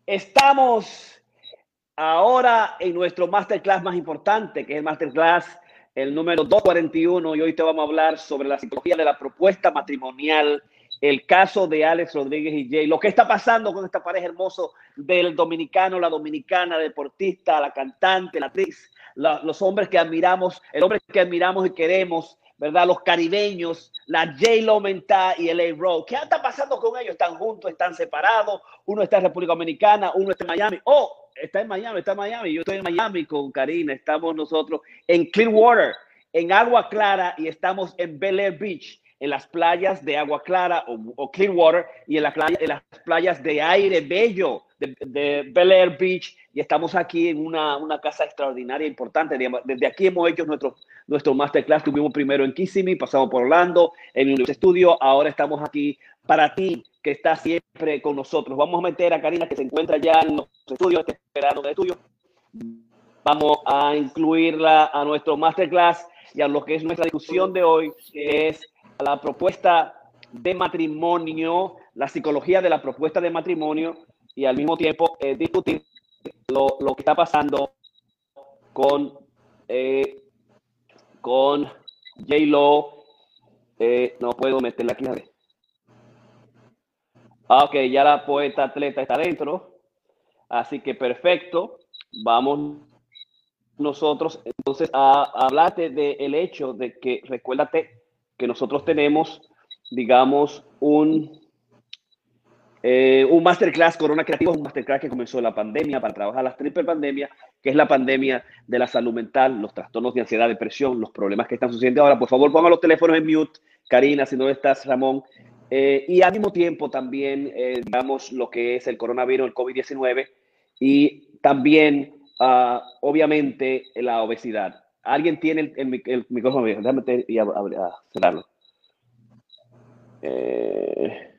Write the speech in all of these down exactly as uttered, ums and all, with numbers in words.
Estamos ahora en nuestro masterclass más importante, que es el masterclass el número doscientos cuarenta y uno, y hoy te vamos a hablar sobre la psicología de la propuesta matrimonial, el caso de Alex Rodríguez y Jay, lo que está pasando con esta pareja hermoso del dominicano, la dominicana, deportista, la cantante, la actriz, la, los hombres que admiramos, el hombre que admiramos y queremos, ¿verdad? Los caribeños, la J-Lo Mentá y el A-Road. ¿Qué está pasando con ellos? ¿Están juntos? ¿Están separados? Uno está en República Dominicana, uno está en Miami. ¡Oh! Está en Miami, está en Miami. Yo estoy en Miami con Karina. Estamos nosotros en Clearwater, en Agua Clara, y estamos en Bel Air Beach, en las playas de Agua Clara o, o Clearwater, y en, la playa, en las playas de aire bello de, de Bel Air Beach. Y estamos aquí en una, una casa extraordinaria, importante. Desde aquí hemos hecho nuestro, nuestro masterclass. Tuvimos primero en Kissimmee, pasamos por Orlando, en el estudio. Ahora estamos aquí para ti, que está siempre con nosotros. Vamos a meter a Karina, que se encuentra ya en los estudios, está esperando el estudio. Vamos a incluirla a nuestro masterclass y a lo que es nuestra discusión de hoy, que es la propuesta de matrimonio, la psicología de la propuesta de matrimonio, y al mismo tiempo eh, discutir lo, lo que está pasando con, eh, con J-Lo. Eh, no puedo meterla aquí, a ver. Ah, ok, ya la poeta atleta está dentro, así que perfecto. Vamos nosotros entonces a, a hablarte del hecho de que, recuérdate que nosotros tenemos, digamos, un, eh, un masterclass Corona Creativo, un masterclass que comenzó la pandemia para trabajar las triple pandemias, que es la pandemia de la salud mental, los trastornos de ansiedad, depresión, los problemas que están sucediendo ahora. Por favor, pongan los teléfonos en mute, Karina, si no estás, Ramón. Eh, y al mismo tiempo también, eh, digamos, lo que es el coronavirus, el COVID diecinueve, y también, uh, obviamente, la obesidad. ¿Alguien tiene el, el, el micrófono? Déjame te, y a, a, a cerrarlo. Eh,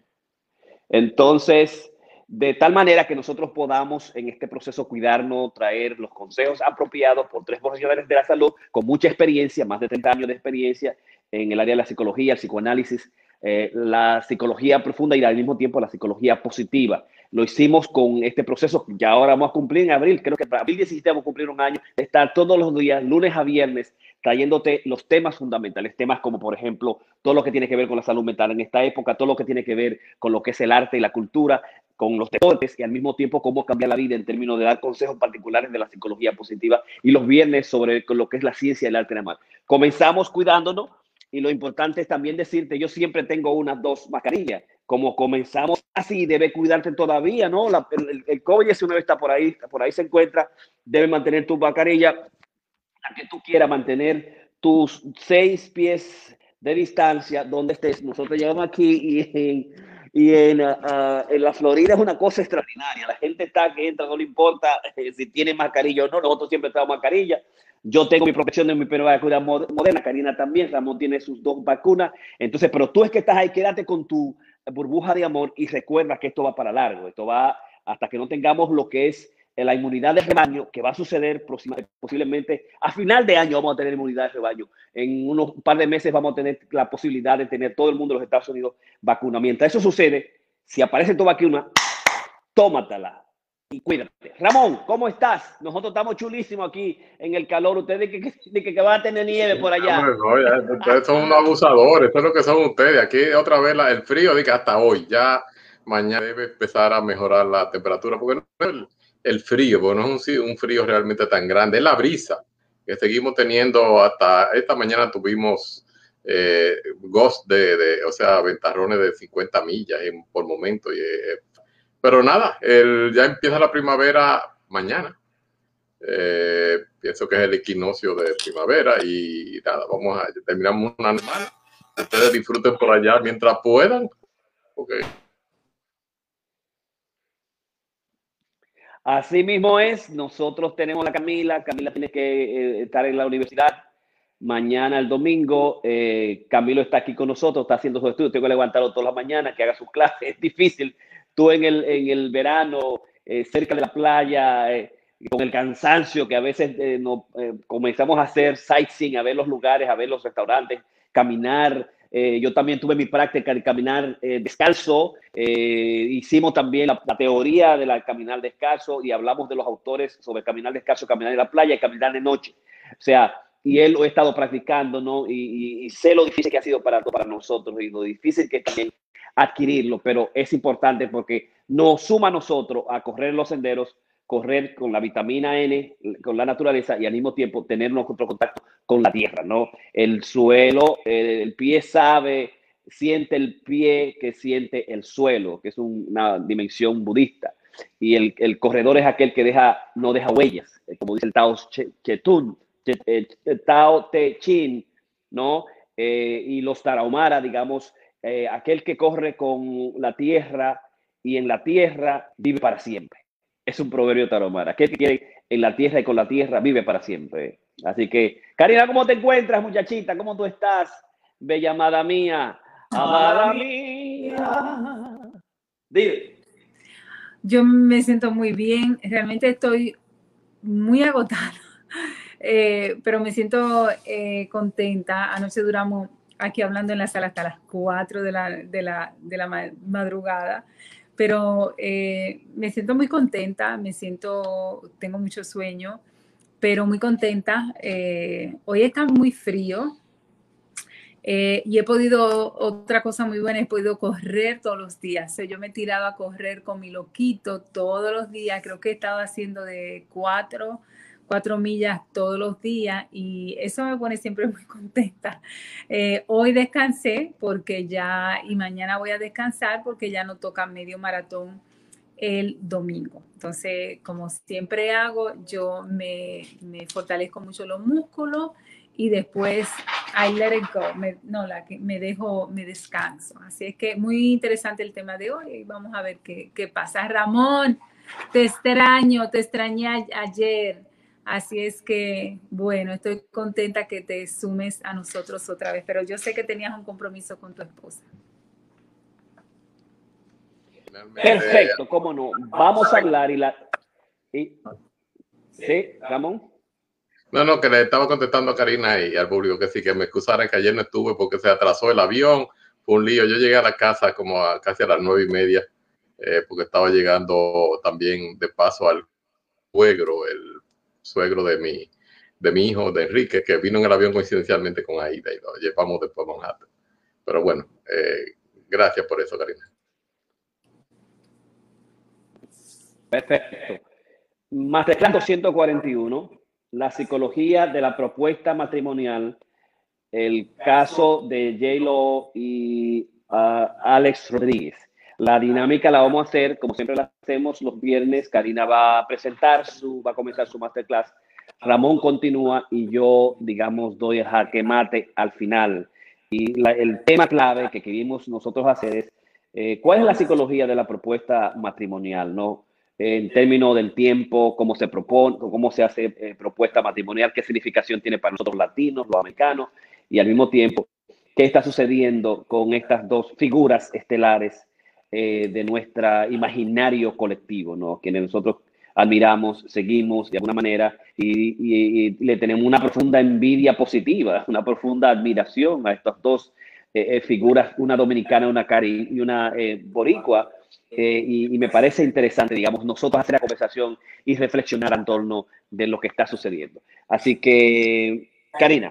entonces, de tal manera que nosotros podamos en este proceso cuidarnos, traer los consejos apropiados por tres profesionales de la salud con mucha experiencia, más de treinta años de experiencia en el área de la psicología, el psicoanálisis, eh, la psicología profunda y al mismo tiempo la psicología positiva. Lo hicimos con este proceso, ya ahora vamos a cumplir en abril, creo que para abril diecisiete vamos a cumplir un año, de estar todos los días, lunes a viernes, trayéndote los temas fundamentales, temas como por ejemplo todo lo que tiene que ver con la salud mental en esta época, todo lo que tiene que ver con lo que es el arte y la cultura, con los deportes, y al mismo tiempo cómo cambiar la vida en términos de dar consejos particulares de la psicología positiva, y los viernes sobre lo que es la ciencia y el arte en amar. Comenzamos cuidándonos, y lo importante es también decirte, yo siempre tengo unas dos mascarillas. Como comenzamos así, debe cuidarte todavía, ¿no? La, el, el COVID diecinueve está por ahí, por ahí se encuentra, debe mantener tu mascarilla, la que tú quieras, mantener tus seis pies de distancia donde estés. Nosotros llegamos aquí y, y en, uh, en la Florida es una cosa extraordinaria. La gente está que entra, no le importa eh, si tiene mascarilla o no, nosotros siempre tenemos mascarilla. Yo tengo mi protección de mi primera vacuna moderna, Karina también, Ramón tiene sus dos vacunas. Entonces, pero tú es que estás ahí, quédate con tu burbuja de amor y recuerda que esto va para largo. Esto va hasta que no tengamos lo que es la inmunidad de rebaño, que va a suceder posiblemente a final de año. Vamos a tener inmunidad de rebaño. En unos un par de meses vamos a tener la posibilidad de tener todo el mundo de los Estados Unidos vacuna. Mientras eso sucede, si aparece tu vacuna, tómatela y cuídate. Ramón, ¿cómo estás? Nosotros estamos chulísimos aquí en el calor. Ustedes que, que, que, que van a tener nieve por allá. Hombre, no, ya, ustedes son unos abusadores, eso es lo que son ustedes. Aquí otra vez la, el frío, diga hasta hoy, ya mañana debe empezar a mejorar la temperatura, porque no es el, el frío, porque no es un, un frío realmente tan grande, es la brisa que seguimos teniendo. Hasta esta mañana tuvimos eh, gust de, de, o sea, ventarrones de cincuenta millas en, por momento. Y, eh, pero nada, el, ya empieza la primavera mañana. Eh, pienso que es el equinoccio de primavera y nada, vamos a terminamos una semana. Ustedes disfruten por allá mientras puedan. Okay. Así mismo es, nosotros tenemos a Camila, Camila tiene que eh, estar en la universidad mañana, el domingo. eh, Camilo está aquí con nosotros, está haciendo sus estudios, tengo que levantarlo todas las mañanas, que haga sus clases, es difícil. Tú en el, en el verano, eh, cerca de la playa, eh, con el cansancio que a veces eh, no, eh, comenzamos a hacer sightseeing, a ver los lugares, a ver los restaurantes, caminar, Eh, yo también tuve mi práctica de caminar eh, descalzo. Eh, hicimos también la, la teoría de la caminar descalzo y hablamos de los autores sobre caminar descalzo, caminar en la playa y caminar de noche. O sea, y él lo he estado practicando, ¿no? Y, y, y sé lo difícil que ha sido para, para nosotros y lo difícil que es también adquirirlo, pero es importante porque nos suma a nosotros a correr los senderos, correr con la vitamina N, con la naturaleza y al mismo tiempo tener nuestro contacto con la tierra, ¿no? El suelo, el, el pie sabe, siente el pie que siente el suelo, que es un, una dimensión budista. Y el, el, corredor es aquel que deja, no deja huellas, como dice el Tao Te Ching, Tao Te Ching, ¿no? Eh, y los Tarahumara, digamos, eh, aquel que corre con la tierra y en la tierra vive para siempre. Es un proverbio tarahumara. Aquel que quiere en la tierra y con la tierra vive para siempre. Así que, Karina, ¿cómo te encuentras, muchachita? ¿Cómo tú estás? Bella amada mía. Amada mía. Dile. Yo me siento muy bien. Realmente estoy muy agotada. Eh, pero me siento eh, contenta. Anoche duramos aquí hablando en la sala hasta las cuatro de la, de la, de la madrugada. Pero eh, me siento muy contenta, me siento, tengo mucho sueño, pero muy contenta. Eh, hoy está muy frío eh, y he podido, otra cosa muy buena, he podido correr todos los días. O sea, yo me he tirado a correr con mi loquito todos los días. Creo que he estado haciendo de cuatro, cuatro millas todos los días y eso me pone siempre muy contenta. Eh, hoy descansé porque ya, y mañana voy a descansar porque ya no toca medio maratón el domingo. Entonces, como siempre hago, yo me, me fortalezco mucho los músculos y después I let it go, me, no, la que me dejo, me descanso. Así es que muy interesante el tema de hoy y vamos a ver qué, qué pasa. Ramón, te extraño, te extrañé a, ayer. Así es que, bueno, estoy contenta que te sumes a nosotros otra vez, pero yo sé que tenías un compromiso con tu esposa. Perfecto, cómo no. Vamos a hablar y la... Y... ¿Sí, Ramón? No, no, que le estaba contestando a Karina y al público que sí, que me excusaran que ayer no estuve porque se atrasó el avión, fue un lío. Yo llegué a la casa como a casi a las nueve y media, eh, porque estaba llegando también de paso al suegro, el suegro de mi, de mi hijo, de Enrique, que vino en el avión coincidencialmente con Aida y lo llevamos después a Manhattan. Pero bueno, eh, gracias por eso, Karina. Perfecto. Masterclass doscientos cuarenta y uno, la psicología de la propuesta matrimonial, el caso de J-Lo y uh, Alex Rodríguez. La dinámica la vamos a hacer, como siempre la hacemos los viernes. Karina va a presentar su, va a comenzar su masterclass. Ramón continúa y yo, digamos, doy el jaque mate al final. Y la, el tema clave que queríamos nosotros hacer es, eh, ¿cuál es la psicología de la propuesta matrimonial, no? En términos del tiempo, cómo se propone, cómo se hace eh, propuesta matrimonial, qué significación tiene para nosotros latinos, los americanos, y al mismo tiempo, qué está sucediendo con estas dos figuras estelares eh, de nuestro imaginario colectivo, ¿no? Quienes nosotros admiramos, seguimos de alguna manera y, y, y le tenemos una profunda envidia positiva, una profunda admiración a estas dos eh, figuras, una dominicana, una cari y una eh, boricua. Eh, y, y me parece interesante, digamos, nosotros hacer la conversación y reflexionar en torno de lo que está sucediendo. Así que, Karina.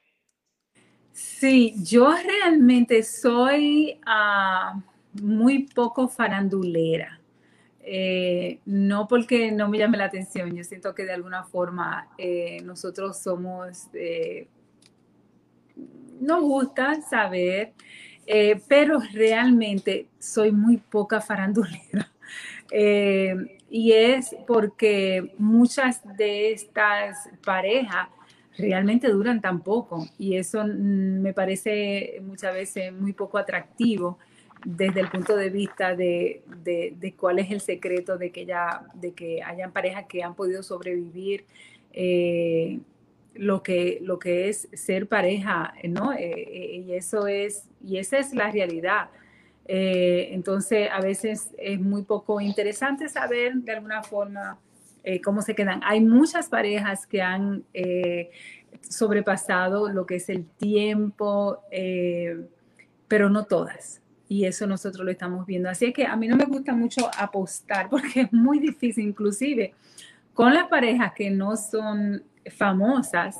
Sí, yo realmente soy uh, muy poco farandulera. Eh, no porque no me llame la atención, yo siento que de alguna forma eh, nosotros somos, eh, nos gusta saber, eh, pero realmente soy muy poca farandulera. Eh, y es porque muchas de estas parejas realmente duran tan poco y eso me parece muchas veces muy poco atractivo desde el punto de vista de, de, de cuál es el secreto de que, ya, de que hayan parejas que han podido sobrevivir eh, lo, que, lo que es ser pareja, ¿no? Eh, eh, y, eso es, y esa es la realidad. Eh, entonces, a veces es muy poco interesante saber de alguna forma eh, cómo se quedan. Hay muchas parejas que han eh, sobrepasado lo que es el tiempo, eh, pero no todas. Y eso nosotros lo estamos viendo. Así es que a mí no me gusta mucho apostar porque es muy difícil, inclusive con las parejas que no son famosas,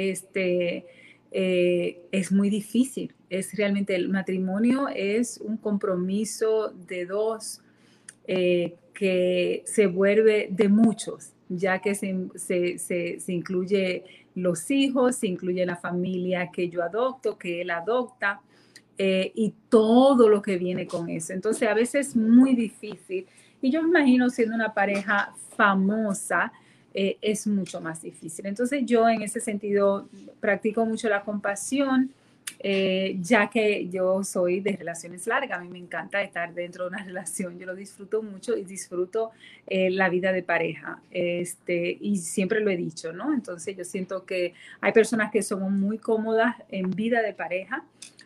este, eh, es muy difícil. Es realmente el matrimonio es un compromiso de dos eh, que se vuelve de muchos, ya que se, se, se, se incluye los hijos, se incluye la familia que yo adopto, que él adopta, eh, y todo lo que viene con eso. Entonces, a veces es muy difícil. Y yo me imagino siendo una pareja famosa, eh, es mucho más difícil. Entonces, yo en ese sentido practico mucho la compasión, eh, ya que yo soy de relaciones largas. A mí me encanta estar dentro de una relación. Yo lo disfruto mucho y disfruto eh, la vida de pareja. Este, y siempre lo he dicho, ¿no? Entonces, yo siento que hay personas que son muy cómodas en vida de pareja.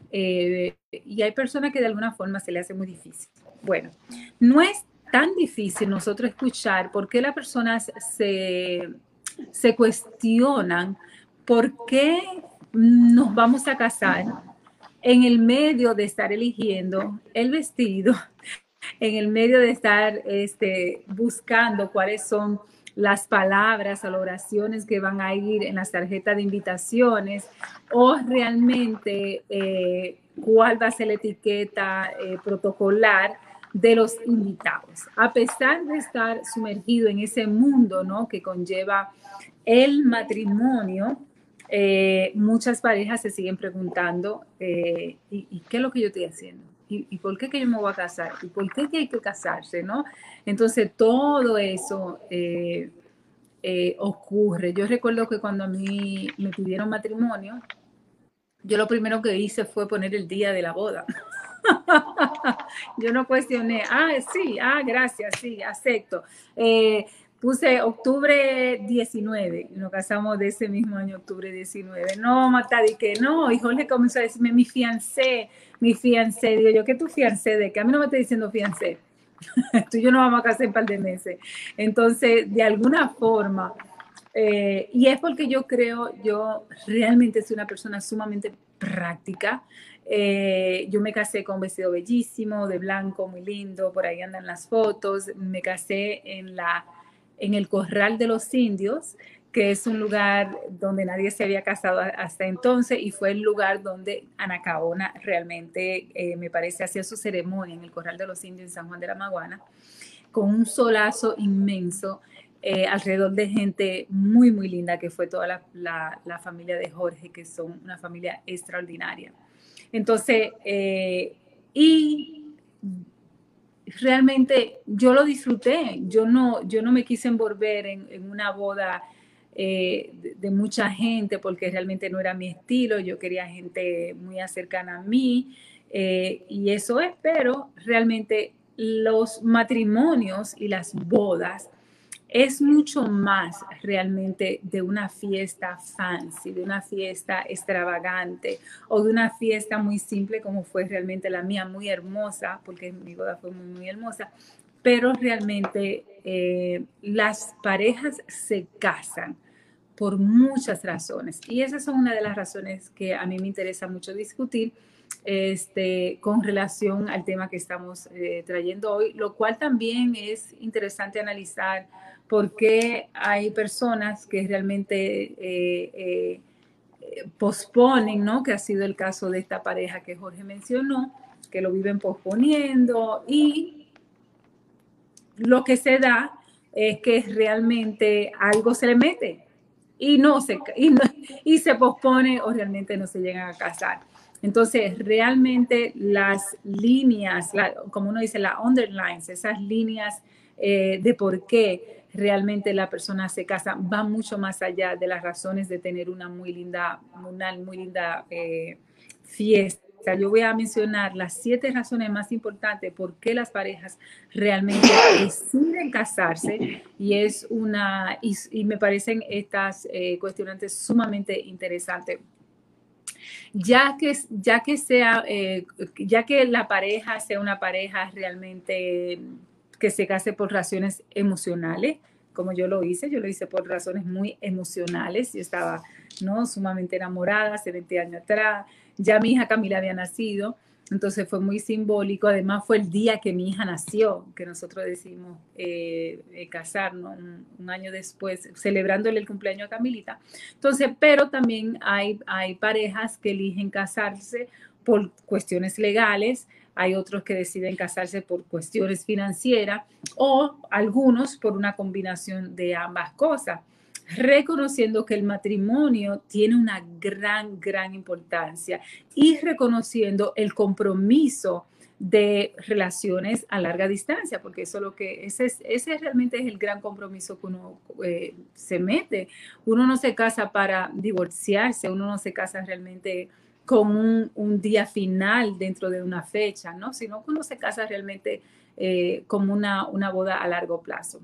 Eh, y hay personas que de alguna forma se le hace muy difícil. Bueno, no es tan difícil nosotros escuchar por qué las personas se, se cuestionan por qué nos vamos a casar en el medio de estar eligiendo el vestido, en el medio de estar este, buscando cuáles son las palabras o las oraciones que van a ir en las tarjetas de invitaciones, o realmente eh, cuál va a ser la etiqueta eh, protocolar de los invitados. A pesar de estar sumergido en ese mundo, ¿no?, que conlleva el matrimonio, eh, muchas parejas se siguen preguntando, eh, ¿y, ¿y qué es lo que yo estoy haciendo? ¿Y, ¿Y por qué que yo me voy a casar? ¿Y por qué que hay que casarse? ¿No? Entonces, todo eso eh, eh, ocurre. Yo recuerdo que cuando a mí me pidieron matrimonio, yo lo primero que hice fue poner el día de la boda. Yo no cuestioné, ah, sí, ah, gracias, sí, acepto. Eh, puse octubre diecinueve, y nos casamos de ese mismo año, octubre diecinueve. No, Mata, di que no, y Jorge comenzó a decirme, mi fiancé, mi fiancé. Digo yo, ¿qué tu fiancé de qué? A mí no me está diciendo fiancé. Tú y yo nos vamos a casar en un par de meses. Entonces, de alguna forma, eh, y es porque yo creo, yo realmente soy una persona sumamente práctica. Eh, yo me casé con un vestido bellísimo, de blanco, muy lindo, por ahí andan las fotos. Me casé en, la, en el Corral de los Indios, que es un lugar donde nadie se había casado hasta entonces, y fue el lugar donde Ana Caona realmente, eh, me parece, hacía su ceremonia en el Corral de los Indios en San Juan de la Maguana, con un solazo inmenso, eh, alrededor de gente muy, muy linda, que fue toda la, la, la familia de Jorge, que son una familia extraordinaria. Entonces, eh, y realmente yo lo disfruté. Yo no, yo no me quise envolver en, en una boda eh, de, de mucha gente, porque realmente no era mi estilo. Yo quería gente muy cercana a mí, eh, y eso es, pero realmente los matrimonios y las bodas es mucho más realmente de una fiesta fancy, de una fiesta extravagante, o de una fiesta muy simple como fue realmente la mía, muy hermosa, porque mi boda fue muy, muy hermosa. Pero realmente eh, las parejas se casan por muchas razones, y esas son una de las razones que a mí me interesa mucho discutir, este, con relación al tema que estamos eh, trayendo hoy, lo cual también es interesante analizar por qué hay personas que realmente eh, eh, posponen, ¿no? Que ha sido el caso de esta pareja que Jorge mencionó, que lo viven posponiendo, y lo que se da es que realmente algo se le mete y no se, y, no, y se pospone, o realmente no se llegan a casar. Entonces, realmente las líneas, la, como uno dice, las underlines, esas líneas eh, de por qué realmente la persona se casa, van mucho más allá de las razones de tener una muy linda, una muy linda eh, fiesta. Yo voy a mencionar las siete razones más importantes por qué las parejas realmente deciden casarse, y es una y, y me parecen estas eh, cuestionantes sumamente interesantes. Ya que, ya que sea, eh, ya que la pareja sea una pareja realmente que se case por razones emocionales, como yo lo hice, yo lo hice por razones muy emocionales. Yo estaba, ¿no?, sumamente enamorada hace veinte años atrás. Ya mi hija Camila había nacido. Entonces fue muy simbólico. Además fue el día que mi hija nació, que nosotros decidimos eh, eh, casarnos un, un año después, celebrándole el cumpleaños a Camilita. Entonces, pero también hay, hay parejas que eligen casarse por cuestiones legales, hay otros que deciden casarse por cuestiones financieras o algunos por una combinación de ambas cosas, reconociendo que el matrimonio tiene una gran, gran importancia y reconociendo el compromiso de relaciones a larga distancia, porque eso lo que ese, es, ese realmente es el gran compromiso que uno eh, se mete. Uno no se casa para divorciarse, uno no se casa realmente con un, un día final dentro de una fecha, ¿no? Sino que uno se casa realmente eh, como una, una boda a largo plazo.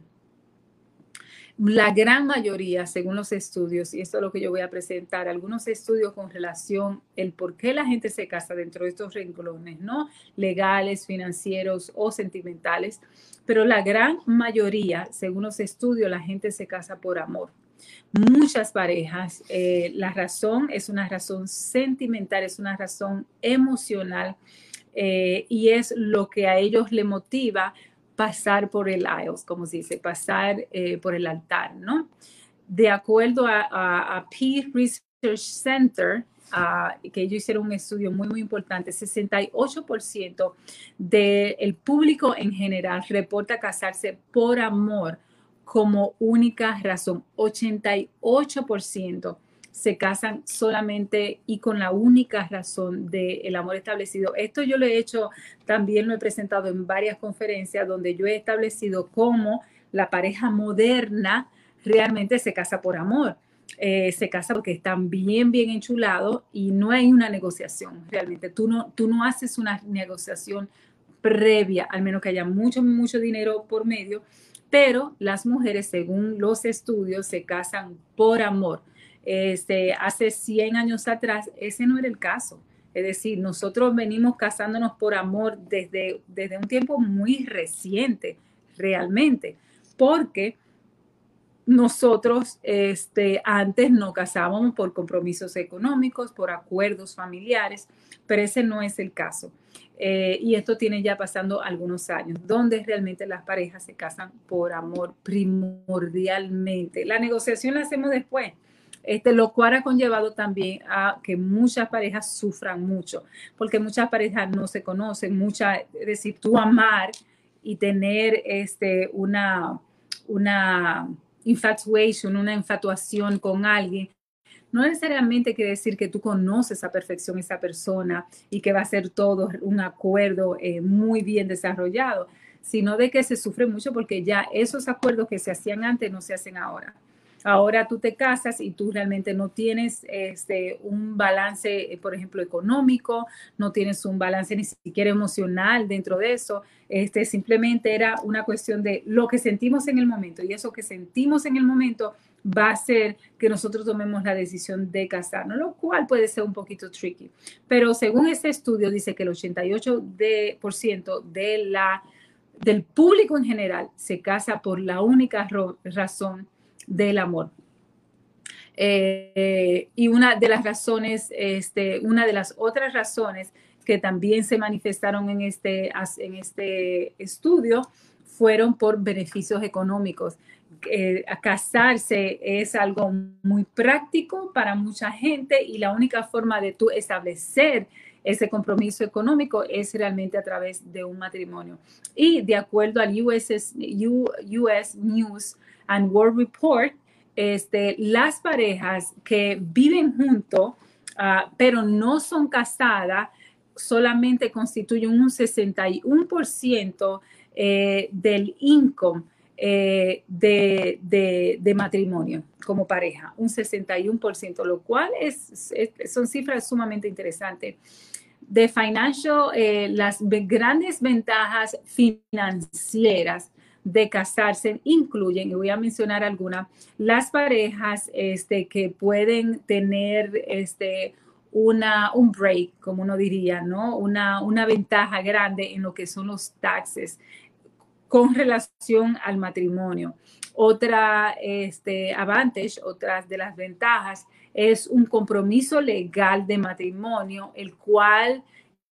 La gran mayoría, según los estudios, y esto es lo que yo voy a presentar, algunos estudios con relación el por qué la gente se casa dentro de estos renglones, ¿no? Legales, financieros o sentimentales, pero la gran mayoría, según los estudios, la gente se casa por amor. Muchas parejas, eh, la razón es una razón sentimental, es una razón emocional eh, y es lo que a ellos le motiva pasar por el aisle, como se dice, pasar eh, por el altar, ¿no? De acuerdo a, a, a Pew Research Center, uh, que ellos hicieron un estudio muy, muy importante, sesenta y ocho por ciento del público en general reporta casarse por amor como única razón. ochenta y ocho por ciento se casan solamente y con la única razón del amor establecido. Esto yo lo he hecho, también lo he presentado en varias conferencias donde yo he establecido cómo la pareja moderna realmente se casa por amor. Eh, se casa porque están bien, bien enchulados y no hay una negociación. Realmente tú no, tú no haces una negociación previa, al menos que haya mucho, mucho dinero por medio, pero las mujeres, según los estudios, se casan por amor. Este, hace cien años atrás, ese no era el caso. Es decir, nosotros venimos casándonos por amor desde, desde un tiempo muy reciente, realmente, porque nosotros este, antes nos casábamos por compromisos económicos, por acuerdos familiares, pero ese no es el caso. Eh, y esto tiene ya pasando algunos años, donde realmente las parejas se casan por amor primordialmente. La negociación la hacemos después. Este, lo cual ha conllevado también a que muchas parejas sufran mucho, porque muchas parejas no se conocen, muchas, es decir, tú amar y tener este, una, una infatuation, una infatuación con alguien, no necesariamente quiere decir que tú conoces a perfección a esa persona y que va a ser todo un acuerdo eh, muy bien desarrollado, sino de que se sufre mucho porque ya esos acuerdos que se hacían antes no se hacen ahora. Ahora tú te casas y tú realmente no tienes este, un balance, por ejemplo, económico, no tienes un balance ni siquiera emocional dentro de eso. Este, simplemente era una cuestión de lo que sentimos en el momento y eso que sentimos en el momento va a hacer que nosotros tomemos la decisión de casarnos, lo cual puede ser un poquito tricky. Pero según este estudio dice que el ochenta y ocho por ciento de la, del público en general se casa por la única razón del amor. Eh, y una de las razones, este, una de las otras razones que también se manifestaron en este, en este estudio fueron por beneficios económicos. Eh, casarse es algo muy práctico para mucha gente y la única forma de tú establecer ese compromiso económico es realmente a través de un matrimonio. Y de acuerdo al U S, U S News and World Report, este, las parejas que viven juntos, uh, pero no son casadas, solamente constituyen un sesenta y uno por ciento eh, del income eh, de, de, de matrimonio como pareja, un sesenta y uno por ciento, lo cual es, es, son cifras sumamente interesantes. De financial, eh, las grandes ventajas financieras de casarse incluyen, y voy a mencionar algunas, las parejas este, que pueden tener este, una, un break, como uno diría, ¿no? Una, una ventaja grande en lo que son los taxes con relación al matrimonio. Otra este, advantage, otras de las ventajas, es un compromiso legal de matrimonio, el cual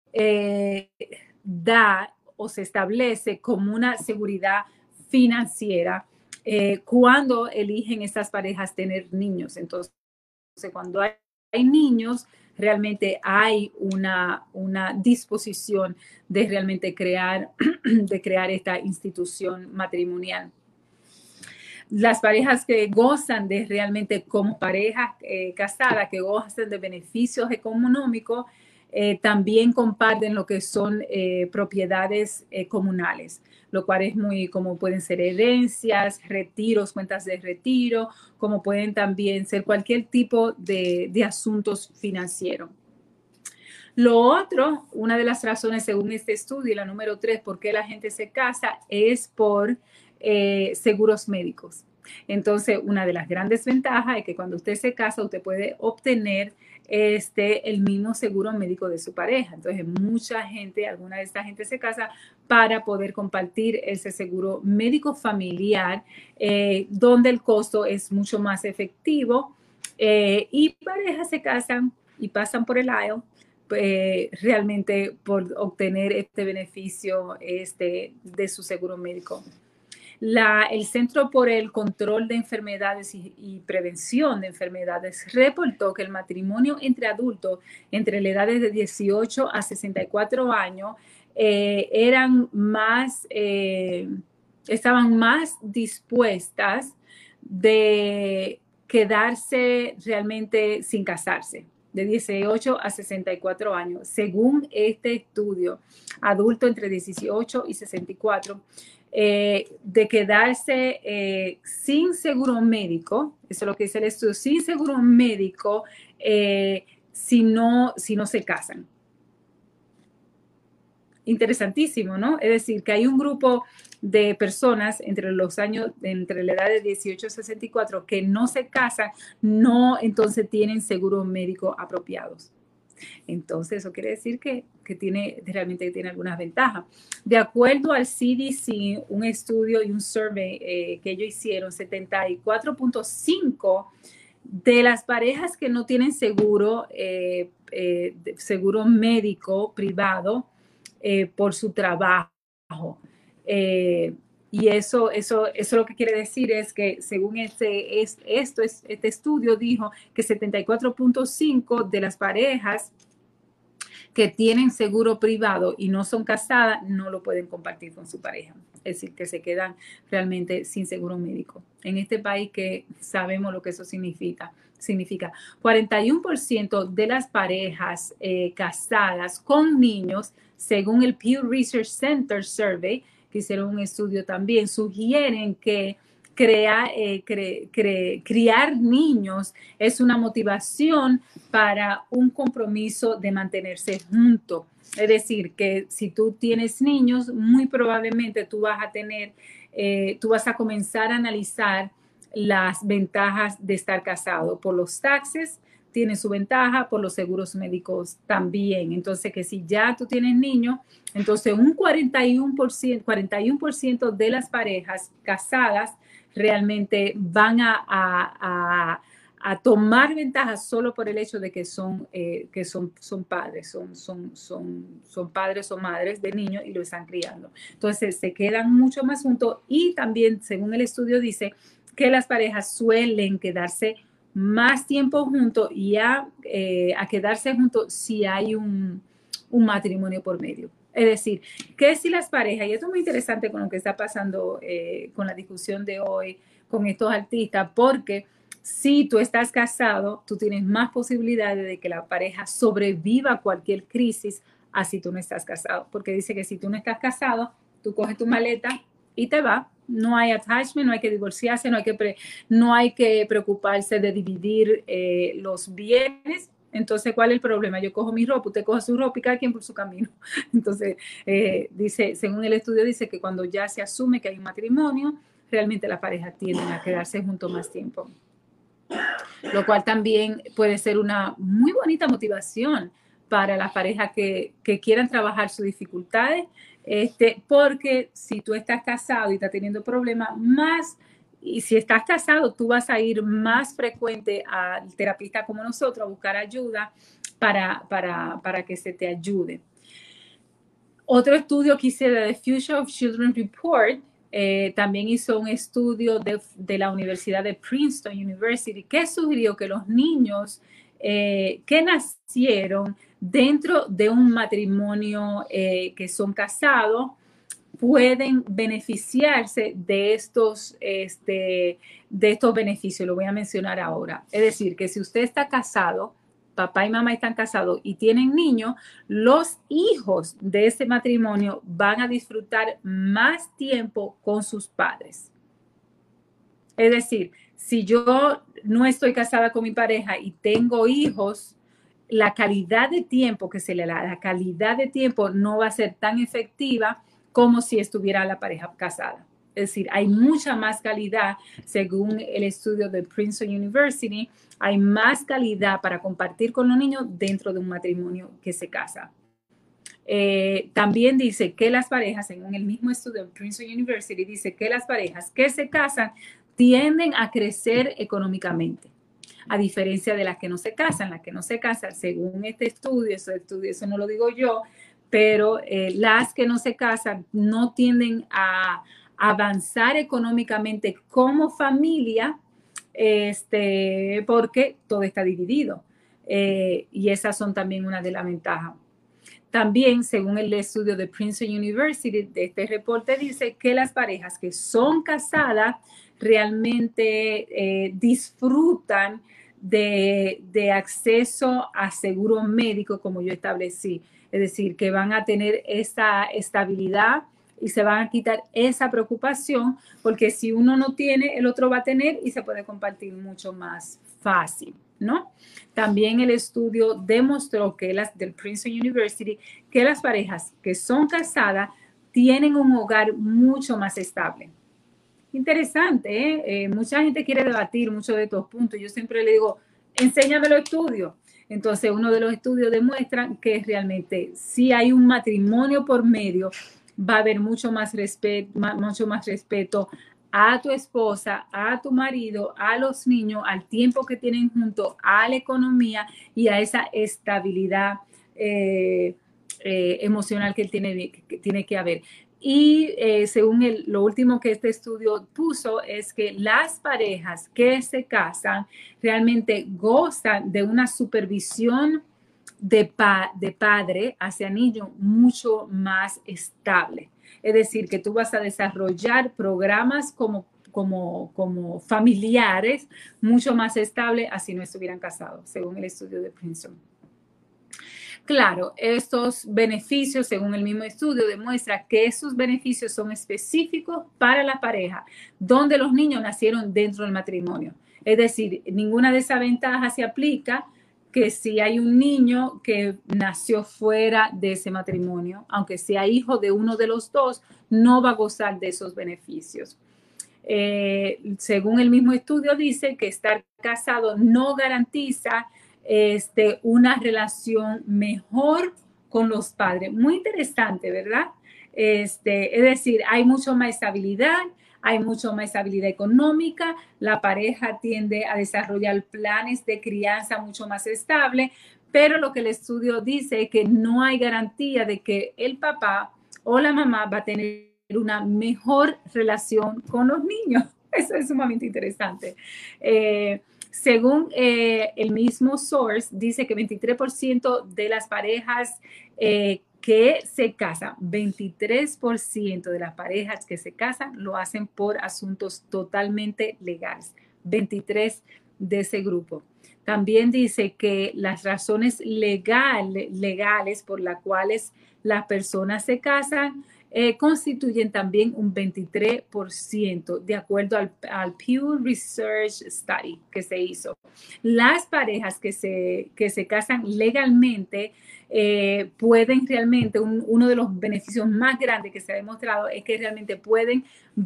eh, da o se establece como una seguridad financiera eh, cuando eligen estas parejas tener niños. Entonces, cuando hay, hay niños, realmente hay una, una disposición de realmente crear, de crear esta institución matrimonial. Las parejas que gozan de realmente como parejas eh, casadas, que gozan de beneficios económicos, eh, también comparten lo que son eh, propiedades eh, comunales, lo cual es muy, como pueden ser herencias, retiros, cuentas de retiro, como pueden también ser cualquier tipo de, de asuntos financieros. Lo otro, una de las razones según este estudio, la número tres, por qué la gente se casa, es por eh, seguros médicos. Entonces, una de las grandes ventajas es que cuando usted se casa, usted puede obtener este, el mismo seguro médico de su pareja. Entonces, mucha gente, alguna de esta gente se casa para poder compartir ese seguro médico familiar, eh, donde el costo es mucho más efectivo. Eh, y parejas se casan y pasan por el aisle eh, realmente por obtener este beneficio este, de su seguro médico. La, el Centro por el Control de Enfermedades y, y Prevención de Enfermedades reportó que el matrimonio entre adultos entre las edades de dieciocho a sesenta y cuatro años eh, eran más, eh, estaban más dispuestas de quedarse realmente sin casarse, de dieciocho a sesenta y cuatro años. Según este estudio, adulto entre dieciocho y sesenta y cuatro, Eh, de quedarse eh, sin seguro médico, eso es lo que dice el estudio, sin seguro médico eh, si, no, si no se casan. Interesantísimo, ¿no? Es decir, que hay un grupo de personas entre los años, entre la edad de dieciocho a sesenta y cuatro que no se casan, no entonces tienen seguro médico apropiados. Entonces, eso quiere decir que, que tiene, realmente tiene algunas ventajas. De acuerdo al C D C, un estudio y un survey eh, que ellos hicieron, setenta y cuatro punto cinco de las parejas que no tienen seguro, eh, eh, seguro médico privado eh, por su trabajo. Eh, y eso, eso, eso lo que quiere decir es que según este, es, esto, este estudio dijo que setenta y cuatro punto cinco de las parejas que tienen seguro privado y no son casadas no lo pueden compartir con su pareja. Es decir, que se quedan realmente sin seguro médico. En este país que sabemos lo que eso significa. Significa cuarenta y uno por ciento de las parejas eh, casadas con niños, según el Pew Research Center Survey, que hicieron un estudio también, sugieren que crear, eh, cre, cre, criar niños es una motivación para un compromiso de mantenerse juntos. Es decir, que si tú tienes niños, muy probablemente tú vas a tener, eh, tú vas a comenzar a analizar las ventajas de estar casado. Por los taxes tiene su ventaja, por los seguros médicos también. Entonces, que si ya tú tienes niños, entonces un cuarenta y uno por ciento, cuarenta y uno por ciento de las parejas casadas realmente van a, a, a, a tomar ventaja solo por el hecho de que son, eh, que son, son padres, son, son, son, son padres o madres de niños y lo están criando. Entonces, se quedan mucho más juntos y también, según el estudio, dice que las parejas suelen quedarse más tiempo juntos y a, eh, a quedarse juntos si hay un, un matrimonio por medio. Es decir, que si las parejas, y esto es muy interesante con lo que está pasando eh, con la discusión de hoy, con estos artistas, porque si tú estás casado, tú tienes más posibilidades de que la pareja sobreviva a cualquier crisis, así tú no estás casado. Porque dice que si tú no estás casado, tú coges tu maleta y te vas. No hay attachment, no hay que divorciarse, no hay que, pre, no hay que preocuparse de dividir eh, los bienes. Entonces, ¿cuál es el problema? Yo cojo mi ropa, usted coge su ropa y cada quien por su camino. Entonces, eh, dice, según el estudio, dice que cuando ya se asume que hay un matrimonio, realmente las parejas tienden a quedarse juntos más tiempo. Lo cual también puede ser una muy bonita motivación para las parejas que, que quieran trabajar sus dificultades, este, porque si tú estás casado y estás teniendo problemas, más, y si estás casado, tú vas a ir más frecuente al terapista como nosotros a buscar ayuda para, para, para que se te ayude. Otro estudio que hice de The Future of Children Report, eh, también hizo un estudio de, de la Universidad de Princeton University que sugirió que los niños eh, que nacieron dentro de un matrimonio eh, que son casados pueden beneficiarse de estos, este, de estos beneficios. Lo voy a mencionar ahora. Es decir, que si usted está casado, papá y mamá están casados y tienen niños, los hijos de ese matrimonio van a disfrutar más tiempo con sus padres. Es decir, si yo no estoy casada con mi pareja y tengo hijos, la calidad de tiempo que se le da, la calidad de tiempo no va a ser tan efectiva como si estuviera la pareja casada. Es decir, hay mucha más calidad, según el estudio de Princeton University, hay más calidad para compartir con los niños dentro de un matrimonio que se casa. Eh, también dice que las parejas, según el mismo estudio de Princeton University, dice que las parejas que se casan tienden a crecer económicamente, a diferencia de las que no se casan. Las que no se casan, según este estudio, ese estudio, eso no lo digo yo, pero eh, las que no se casan no tienden a avanzar económicamente como familia, este, porque todo está dividido. Eh, y esas son también una de las ventajas. También, según el estudio de Princeton University, de este reporte dice que las parejas que son casadas realmente eh, disfrutan de, de acceso a seguro médico, como yo establecí. Es decir, que van a tener esa estabilidad y se van a quitar esa preocupación, porque si uno no tiene, el otro va a tener y se puede compartir mucho más fácil, ¿no? También el estudio demostró que las del Princeton University, que las parejas que son casadas tienen un hogar mucho más estable. Interesante, ¿eh? Eh, mucha gente quiere debatir muchos de estos puntos. Yo siempre le digo, enséñame los estudios. Entonces, uno de los estudios demuestra que realmente si hay un matrimonio por medio, va a haber mucho más respeto, mucho más respeto a tu esposa, a tu marido, a los niños, al tiempo que tienen juntos, a la economía y a esa estabilidad eh, eh, emocional que tiene, que tiene que haber. Y eh, según el, lo último que este estudio puso es que las parejas que se casan realmente gozan de una supervisión de, pa, de padre hacia niño mucho más estable. Es decir, que tú vas a desarrollar programas como, como, como familiares mucho más estables así no estuvieran casados, según el estudio de Princeton. Claro, estos beneficios, según el mismo estudio, demuestra que esos beneficios son específicos para la pareja, donde los niños nacieron dentro del matrimonio. Es decir, ninguna de esas ventajas se aplica que si hay un niño que nació fuera de ese matrimonio, aunque sea hijo de uno de los dos, no va a gozar de esos beneficios. Eh, según el mismo estudio, dice que estar casado no garantiza Este, una relación mejor con los padres. Muy interesante, ¿verdad? Este, es decir, hay mucho más estabilidad, hay mucho más estabilidad económica, la pareja tiende a desarrollar planes de crianza mucho más estables, pero lo que el estudio dice es que no hay garantía de que el papá o la mamá va a tener una mejor relación con los niños. Eso es sumamente interesante. Eh, Según eh, el mismo source, dice que veintitrés por ciento de las parejas eh, que se casan, veintitrés por ciento de las parejas que se casan lo hacen por asuntos totalmente legales. veintitrés de ese grupo. También dice que las razones legal, legales por las cuales las personas se casan Eh, constituyen también un veintitrés por ciento de acuerdo al, al Pew Research Study que se hizo. Las parejas que se, que se casan legalmente eh, pueden realmente, un, uno de los beneficios más grandes que se ha demostrado es que realmente pueden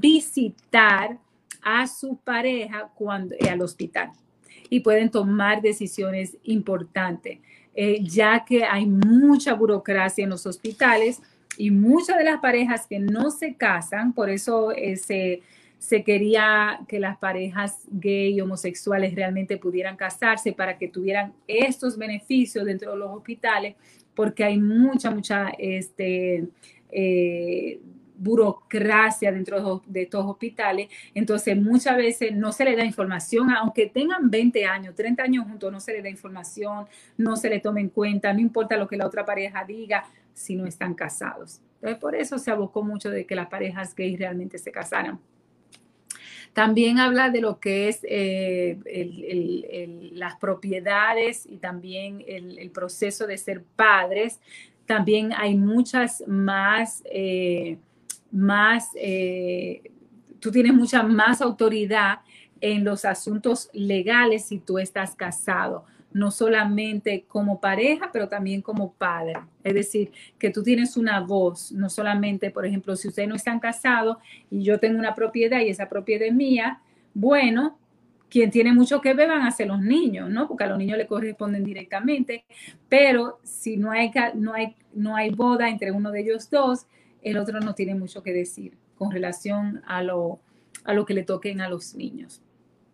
visitar a su pareja cuando, eh, al hospital y pueden tomar decisiones importantes, eh, ya que hay mucha burocracia en los hospitales. Y muchas de las parejas que no se casan, por eso eh, se, se quería que las parejas gay y homosexuales realmente pudieran casarse para que tuvieran estos beneficios dentro de los hospitales, porque hay mucha, mucha este, eh, burocracia dentro de estos hospitales. Entonces, muchas veces no se le da información, aunque tengan veinte años, treinta años juntos, no se le da información, no se le toma en cuenta, no importa lo que la otra pareja diga, si no están casados. Entonces, por eso se abocó mucho de que las parejas gays realmente se casaran. También habla de lo que es eh, el, el, el, las propiedades y también el, el proceso de ser padres. También hay muchas más, eh, más eh, tú tienes mucha más autoridad en los asuntos legales si tú estás casado, no solamente como pareja, pero también como padre. Es decir, que tú tienes una voz, no solamente, por ejemplo, si ustedes no están casados y yo tengo una propiedad y esa propiedad es mía, bueno, quien tiene mucho que ver van a ser los niños, ¿no? Porque a los niños le corresponden directamente, pero si no hay, no hay, no hay boda entre uno de ellos dos, el otro no tiene mucho que decir con relación a lo, a lo que le toquen a los niños.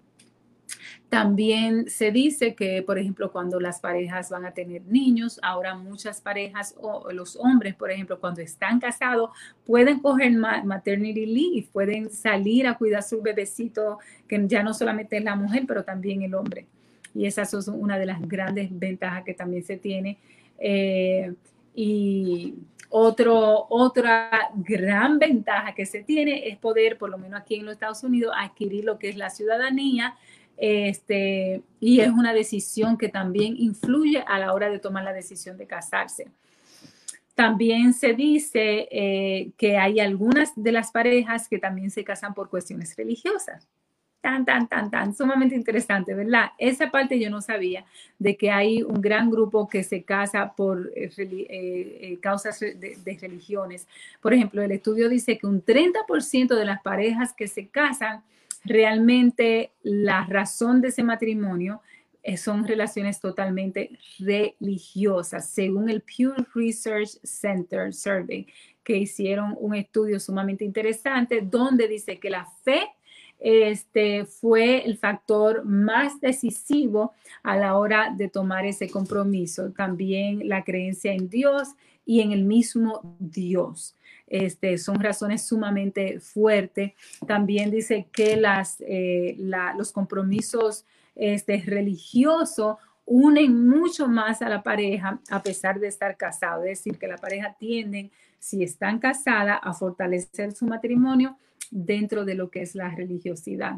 También se dice que, por ejemplo, cuando las parejas van a tener niños, ahora muchas parejas o los hombres, por ejemplo, cuando están casados, pueden coger maternity leave, pueden salir a cuidar su bebecito, que ya no solamente es la mujer, pero también el hombre. Y esa es una de las grandes ventajas que también se tiene. Eh, y otro, otra gran ventaja que se tiene es poder, por lo menos aquí en los Estados Unidos, adquirir lo que es la ciudadanía. Este, y es una decisión que también influye a la hora de tomar la decisión de casarse. También se dice eh, que hay algunas de las parejas que también se casan por cuestiones religiosas. Tan, tan, tan, tan, sumamente interesante, ¿verdad? Esa parte yo no sabía, de que hay un gran grupo que se casa por eh, eh, causas de, de religiones. Por ejemplo, el estudio dice que un treinta por ciento de las parejas que se casan, realmente la razón de ese matrimonio eh, son relaciones totalmente religiosas, según el Pew Research Center Survey, que hicieron un estudio sumamente interesante donde dice que la fe este, fue el factor más decisivo a la hora de tomar ese compromiso. También la creencia en Dios y en el mismo Dios. Este, son razones sumamente fuertes. También dice que las, eh, la, los compromisos este, religiosos unen mucho más a la pareja a pesar de estar casados. Es decir, que la pareja tienden, si están casadas, a fortalecer su matrimonio dentro de lo que es la religiosidad.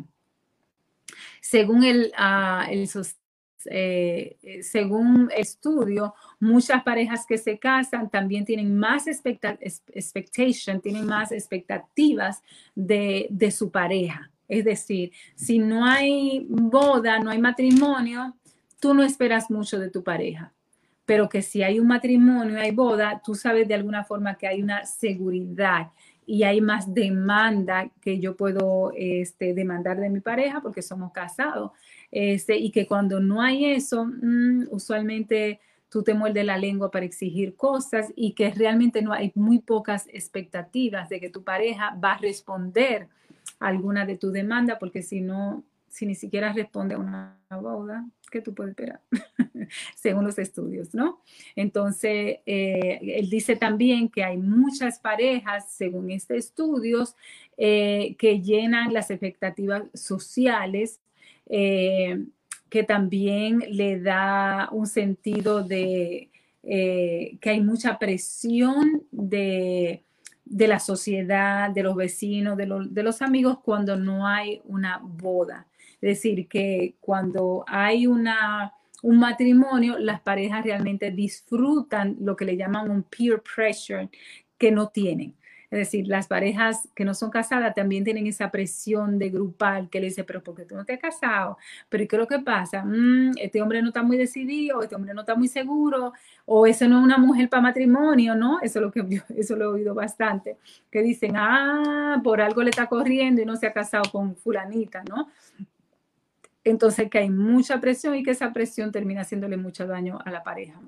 Según el, uh, el Eh, según estudio, muchas parejas que se casan también tienen más expectation, tienen más expectativas de, de su pareja. Es decir, si no hay boda, no hay matrimonio, tú no esperas mucho de tu pareja. Pero que si hay un matrimonio, hay boda, tú sabes de alguna forma que hay una seguridad y hay más demanda que yo puedo este, demandar de mi pareja porque somos casados. Este, y que cuando no hay eso, mmm, usualmente tú te muerdes la lengua para exigir cosas y que realmente no hay muy pocas expectativas de que tu pareja va a responder a alguna de tus demandas, porque si no, si ni siquiera responde a una boda, ¿qué tú puedes esperar? Según los estudios, ¿no? Entonces, eh, él dice también que hay muchas parejas, según estos estudios, eh, que llenan las expectativas sociales, Eh, que también le da un sentido de eh, que hay mucha presión de, de la sociedad, de los vecinos, de, lo, de los amigos cuando no hay una boda. Es decir, que cuando hay una, un matrimonio, las parejas realmente disfrutan lo que le llaman un peer pressure que no tienen. Es decir, las parejas que no son casadas también tienen esa presión de grupal que le dice, pero ¿por qué tú no te has casado? Pero ¿qué es lo que pasa? Mm, este hombre no está muy decidido, este hombre no está muy seguro, o eso no es una mujer para matrimonio, ¿no? Eso es lo que yo, eso lo he oído bastante. Que dicen, ah, por algo le está corriendo y no se ha casado con fulanita, ¿no? Entonces que hay mucha presión y que esa presión termina haciéndole mucho daño a la pareja.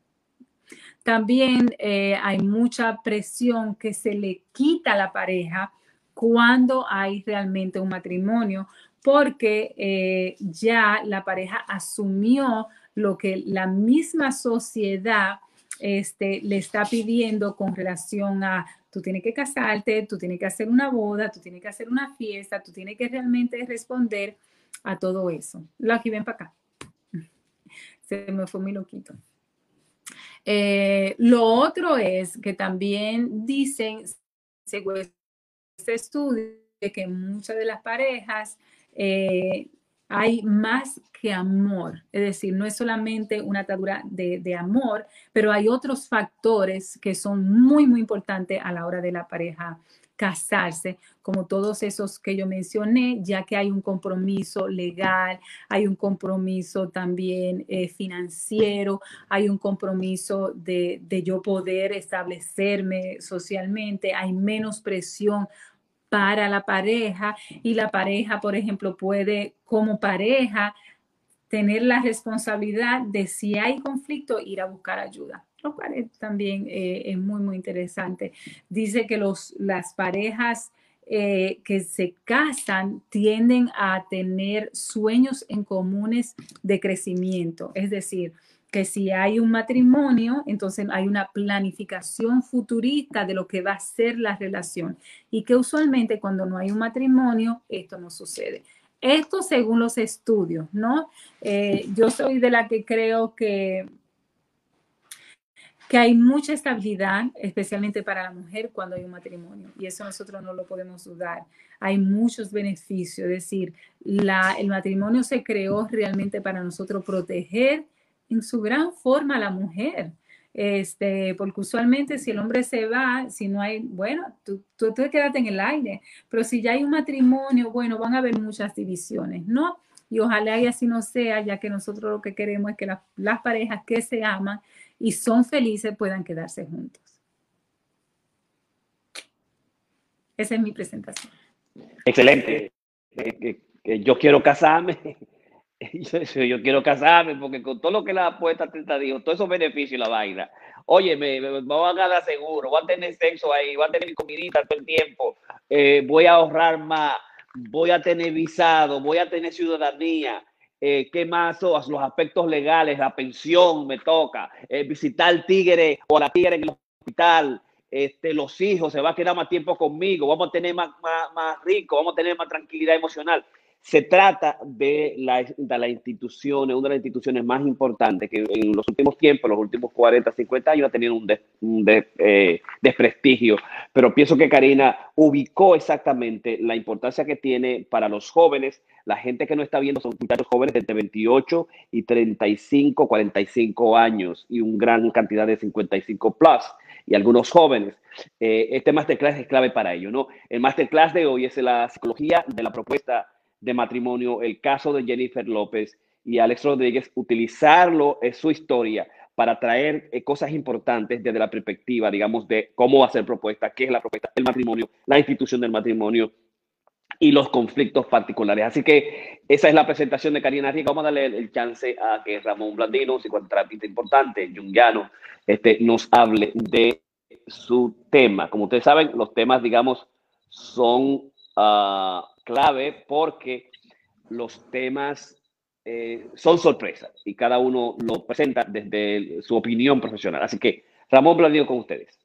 También eh, hay mucha presión que se le quita a la pareja cuando hay realmente un matrimonio, porque eh, ya la pareja asumió lo que la misma sociedad este, le está pidiendo con relación a tú tienes que casarte, tú tienes que hacer una boda, tú tienes que hacer una fiesta, tú tienes que realmente responder a todo eso. Lucky, ven para acá. Se me fue muy loquito. Eh, lo otro es que también dicen, según este estudio, que muchas de las parejas eh, hay más que amor, es decir, no es solamente una atadura de, de amor, pero hay otros factores que son muy, muy importantes a la hora de la pareja casarse, como todos esos que yo mencioné, ya que hay un compromiso legal, hay un compromiso también eh, financiero, hay un compromiso de, de yo poder establecerme socialmente, hay menos presión para la pareja y la pareja, por ejemplo, puede como pareja tener la responsabilidad de si hay conflicto ir a buscar ayuda, lo cual es, también eh, es muy, muy interesante. Dice que los, las parejas eh, que se casan tienden a tener sueños en comunes de crecimiento, es decir, que si hay un matrimonio, entonces hay una planificación futurista de lo que va a ser la relación y que usualmente cuando no hay un matrimonio, esto no sucede. Esto según los estudios, ¿no? Eh, yo soy de la que creo que, que hay mucha estabilidad, especialmente para la mujer cuando hay un matrimonio, y eso nosotros no lo podemos dudar. Hay muchos beneficios, es decir, la, el matrimonio se creó realmente para nosotros proteger en su gran forma a la mujer. Este, porque usualmente si el hombre se va, si no hay, bueno, tú, tú, tú quédate en el aire, pero si ya hay un matrimonio, bueno, van a haber muchas divisiones, ¿no? Y ojalá y así no sea, ya que nosotros lo que queremos es que la, las parejas que se aman y son felices puedan quedarse juntos. Esa es mi presentación. Excelente. Eh, eh, yo quiero casarme. Yo, yo quiero casarme porque con todo lo que la apuesta te dijo, todos esos beneficios y la vaina, oye, me, me, me voy a ganar seguro, voy a tener sexo ahí, voy a tener mi comidita todo el tiempo, eh, voy a ahorrar más, voy a tener visado, voy a tener ciudadanía, eh, ¿qué más son los aspectos legales? La pensión me toca, eh, visitar al tigre o a la tigre en el hospital, este, los hijos, se va a quedar más tiempo conmigo, vamos a tener más, más, más rico, vamos a tener más tranquilidad emocional. Se trata de la, de la institución, una de las instituciones más importantes que en los últimos tiempos, los últimos cuarenta, cincuenta años, ha tenido un, des, un des, eh, desprestigio. Pero pienso que Karina ubicó exactamente la importancia que tiene para los jóvenes. La gente que no está viendo son muchachos jóvenes de entre veintiocho y treinta y cinco, cuarenta y cinco años y una gran cantidad de cincuenta y cinco plus y algunos jóvenes. Eh, este masterclass es clave para ello, ¿no? El masterclass de hoy es la psicología de la propuesta de matrimonio, el caso de Jennifer López y Alex Rodríguez, utilizarlo en su historia para traer eh, cosas importantes desde la perspectiva, digamos, de cómo hacer propuesta, qué es la propuesta, el matrimonio, la institución del matrimonio y los conflictos particulares. Así que esa es la presentación de Karina Riega. Vamos a darle el, el chance a que Ramón Blandino, psicoterapeuta importante, junguiano, este, nos hable de su tema. Como ustedes saben, los temas, digamos, son uh, clave porque los temas eh, son sorpresas y cada uno lo presenta desde su opinión profesional. Así que, Ramón Blandino, con ustedes.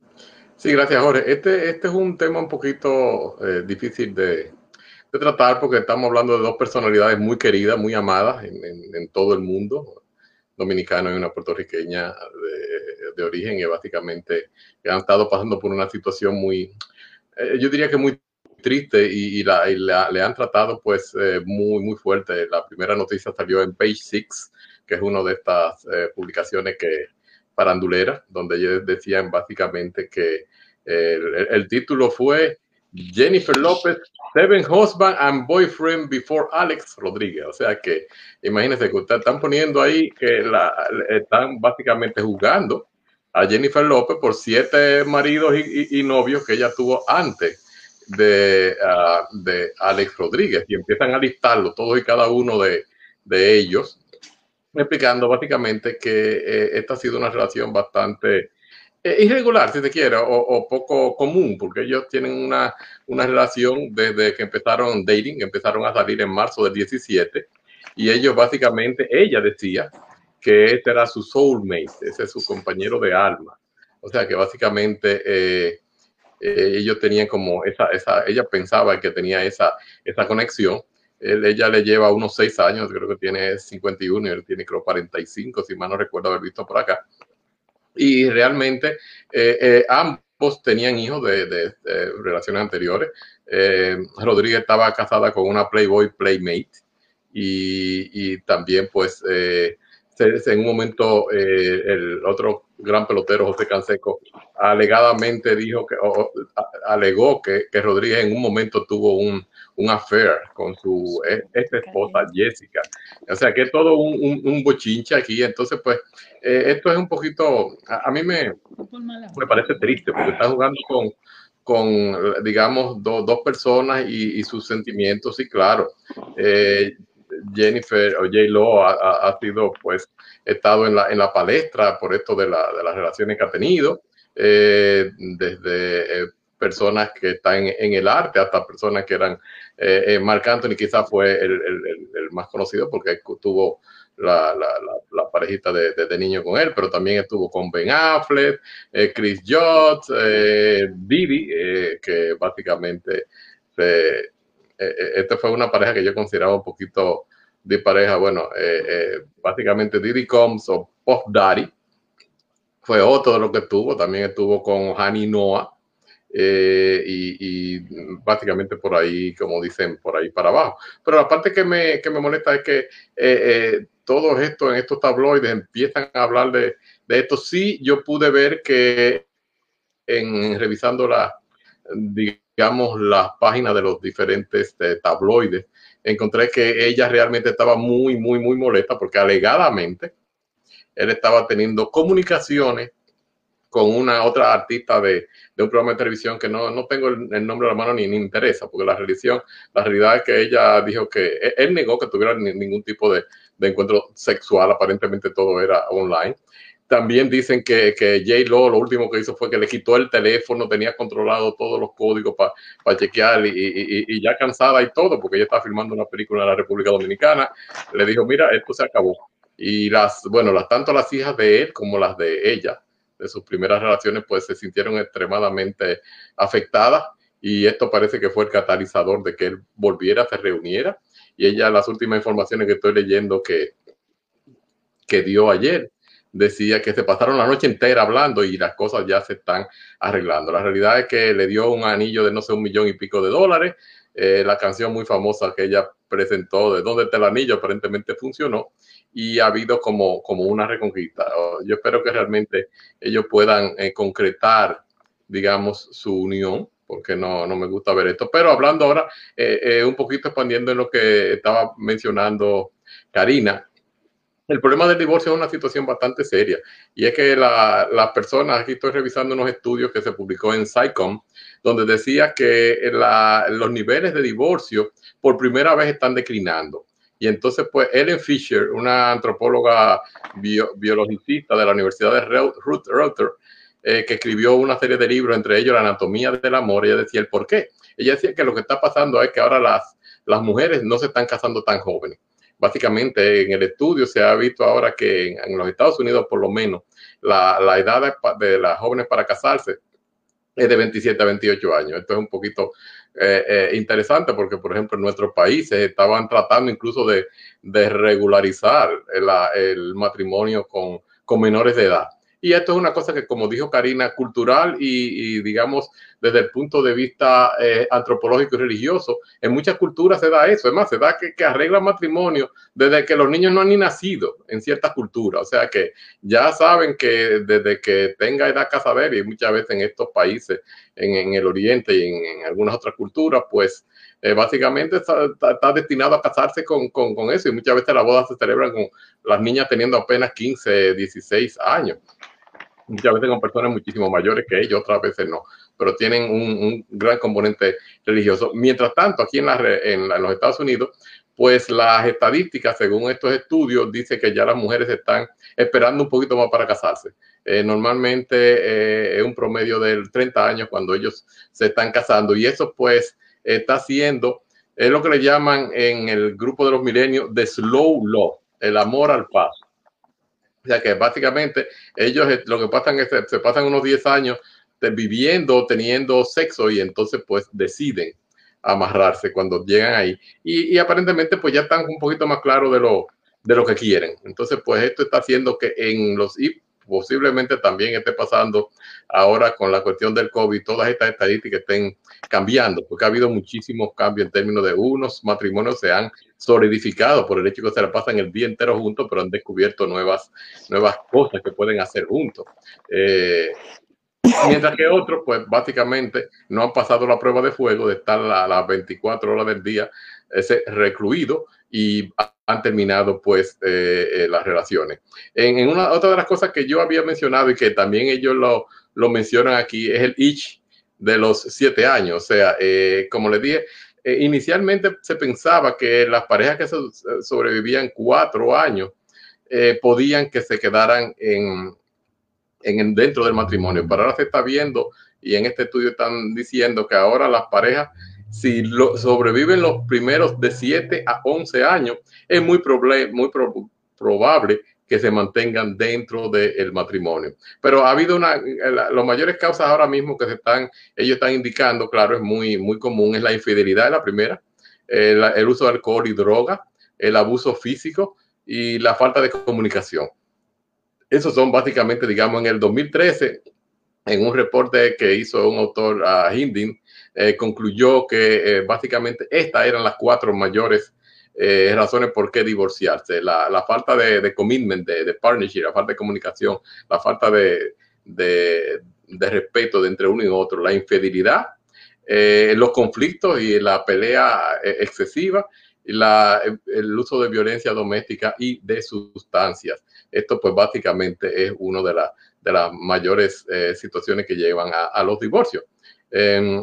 Sí, gracias, Jorge. Este, este es un tema un poquito eh, difícil de, de tratar porque estamos hablando de dos personalidades muy queridas, muy amadas en, en, en todo el mundo, dominicano y una puertorriqueña de, de origen, y básicamente han estado pasando por una situación muy, eh, yo diría que muy triste y, y, la, y la, le han tratado pues eh, muy, muy fuerte. La primera noticia salió en Page Six, que es una de estas eh, publicaciones que faranduleras, donde ellos decían básicamente que eh, el, el título fue Jennifer López, Seven Husband and Boyfriend Before Alex Rodríguez. O sea que imagínense que ustedes están poniendo ahí que la, están básicamente juzgando a Jennifer López por siete maridos y, y, y novios que ella tuvo antes de, uh, de Alex Rodríguez, y empiezan a listarlo todos y cada uno de, de ellos, explicando básicamente que eh, esta ha sido una relación bastante eh, irregular, si se quiere, o, o poco común, porque ellos tienen una, una relación desde que empezaron dating, empezaron a salir en marzo del diecisiete, y ellos básicamente, ella decía que este era su soulmate, ese es su compañero de alma. O sea que básicamente eh, eh, ellos tenían como esa, esa, ella pensaba que tenía esa, esa conexión. Él, ella le lleva unos seis años, creo que tiene cincuenta y uno y él tiene creo cuarenta y cinco, si mal no recuerdo haber visto por acá. Y realmente eh, eh, ambos tenían hijos de, de, de relaciones anteriores. Eh, Rodríguez estaba casada con una Playboy Playmate y, y también pues eh, se, en un momento eh, el otro gran pelotero, José Canseco, alegadamente dijo que, o, alegó que, que Rodríguez en un momento tuvo un, un affair con su ex esposa Jessica. O sea que es todo un, un, un bochinche aquí. Entonces pues eh, esto es un poquito, a, a mí me, me parece triste porque están jugando con, con digamos, do, dos personas y, y sus sentimientos. Y claro, eh, Jennifer o J-Lo ha, ha, ha sido, pues, estado en la, en la palestra por esto de, la, de las relaciones que ha tenido, eh, desde eh, personas que están en, en el arte hasta personas que eran, eh, eh, Marc Anthony quizás fue el, el, el, el más conocido porque tuvo la, la, la, la parejita de, de, de niño con él, pero también estuvo con Ben Affleck, eh, Chris Judd, eh, Diddy, eh, que básicamente se... Eh, esta fue una pareja que yo consideraba un poquito de pareja, bueno, eh, eh, básicamente Diddy Combs o Puff Daddy fue otro de lo que estuvo, también estuvo con Hani Noah eh, y, y básicamente por ahí, como dicen, por ahí para abajo. Pero la parte que me, que me molesta es que eh, eh, todos estos, en estos tabloides empiezan a hablar de, de esto. Sí, yo pude ver que en revisando la, digamos, las páginas de los diferentes eh, tabloides, encontré que ella realmente estaba muy, muy, muy molesta porque alegadamente él estaba teniendo comunicaciones con una otra artista de, de un programa de televisión que no, no tengo el, el nombre a la mano ni me interesa, porque la religión, la realidad es que ella dijo que él, él negó que tuviera ni, ningún tipo de, de encuentro sexual, aparentemente todo era online. También dicen que, que J-Lo lo último que hizo fue que le quitó el teléfono, tenía controlado todos los códigos para pa chequear y, y, y ya cansada y todo, porque ella estaba filmando una película en la República Dominicana, le dijo, mira, esto se acabó. Y las, bueno, las, tanto las hijas de él como las de ella, de sus primeras relaciones, pues se sintieron extremadamente afectadas y esto parece que fue el catalizador de que él volviera, se reuniera. Y ella, las últimas informaciones que estoy leyendo que, que dio ayer, decía que se pasaron la noche entera hablando y las cosas ya se están arreglando. La realidad es que le dio un anillo de no sé, un millón y pico de dólares. Eh, la canción muy famosa que ella presentó, ¿De dónde está el anillo?, aparentemente funcionó y ha habido como, como una reconquista. Yo espero que realmente ellos puedan eh, concretar, digamos, su unión, porque no, no me gusta ver esto. Pero hablando ahora, eh, eh, un poquito expandiendo en lo que estaba mencionando Karina, el problema del divorcio es una situación bastante seria y es que las la personas, aquí estoy revisando unos estudios que se publicó en SciComm, donde decía que la, los niveles de divorcio por primera vez están declinando. Y entonces, pues, Ellen Fisher, una antropóloga bio, biologicista de la Universidad de Ruth Ruther, eh, que escribió una serie de libros, entre ellos La anatomía del amor, ella decía el por qué. Ella decía que lo que está pasando es que ahora las, las mujeres no se están casando tan jóvenes. Básicamente en el estudio se ha visto ahora que en, en los Estados Unidos por lo menos la, la edad de, de las jóvenes para casarse es de veintisiete a veintiocho años. Esto es un poquito eh, eh, interesante porque, por ejemplo, en nuestros países estaban tratando incluso de, de regularizar el, el matrimonio con, con menores de edad. Y esto es una cosa que, como dijo Karina, cultural y, y digamos, desde el punto de vista eh, antropológico y religioso, en muchas culturas se da eso. Es más, se da que, que arreglan matrimonio desde que los niños no han ni nacido en ciertas culturas. O sea que ya saben que desde que tenga edad casadera, y muchas veces en estos países, en, en el oriente y en, en algunas otras culturas, pues eh, básicamente está, está, está destinado a casarse con, con, con eso. Y muchas veces las bodas se celebran con las niñas teniendo apenas quince, dieciséis años. Muchas veces con personas muchísimo mayores que ellos, otras veces no, pero tienen un, un gran componente religioso. Mientras tanto, aquí en, la, en, la, en los Estados Unidos, pues las estadísticas, según estos estudios, dice que ya las mujeres están esperando un poquito más para casarse. Eh, normalmente eh, es un promedio de treinta años cuando ellos se están casando y eso pues está haciendo, es lo que le llaman en el grupo de los milenios, the slow love, el amor al paso. O sea que básicamente ellos lo que pasan es se pasan unos diez años viviendo, teniendo sexo y entonces pues deciden amarrarse cuando llegan ahí. Y, y aparentemente pues ya están un poquito más claros de lo, de lo que quieren. Entonces pues esto está haciendo que en los, y posiblemente también esté pasando ahora con la cuestión del COVID, todas estas estadísticas estén cambiando, porque ha habido muchísimos cambios en términos de unos matrimonios se han solidificado por el hecho de que se la pasan el día entero juntos, pero han descubierto nuevas, nuevas cosas que pueden hacer juntos. Eh, Mientras que otros, pues básicamente no han pasado la prueba de fuego de estar a las veinticuatro horas del día ese recluido y han terminado pues eh, eh, las relaciones. En, en una otra de las cosas que yo había mencionado y que también ellos lo, lo mencionan aquí es el itch de los siete años. O sea, eh, como les dije, eh, inicialmente se pensaba que las parejas que so, sobrevivían cuatro años eh, podían que se quedaran en En, dentro del matrimonio, pero ahora se está viendo y en este estudio están diciendo que ahora las parejas, si lo, sobreviven los primeros de siete a once años, es muy, proble muy pro probable que se mantengan dentro del matrimonio. Pero ha habido una, la, los mayores causas ahora mismo que se están, ellos están indicando, claro, es muy, muy común, es la infidelidad, la primera, el, el uso de alcohol y droga, el abuso físico y la falta de comunicación. Esos son básicamente, digamos, en el dos mil trece, en un reporte que hizo un autor, uh, Hindin, eh, concluyó que eh, básicamente estas eran las cuatro mayores eh, razones por qué divorciarse. La, la falta de, de commitment, de, de partnership, la falta de comunicación, la falta de, de, de respeto de entre uno y otro, la infidelidad, eh, los conflictos y la pelea eh, excesiva, y la, el uso de violencia doméstica y de sustancias. Esto pues básicamente es una de, la, de las mayores eh, situaciones que llevan a, a los divorcios. Eh,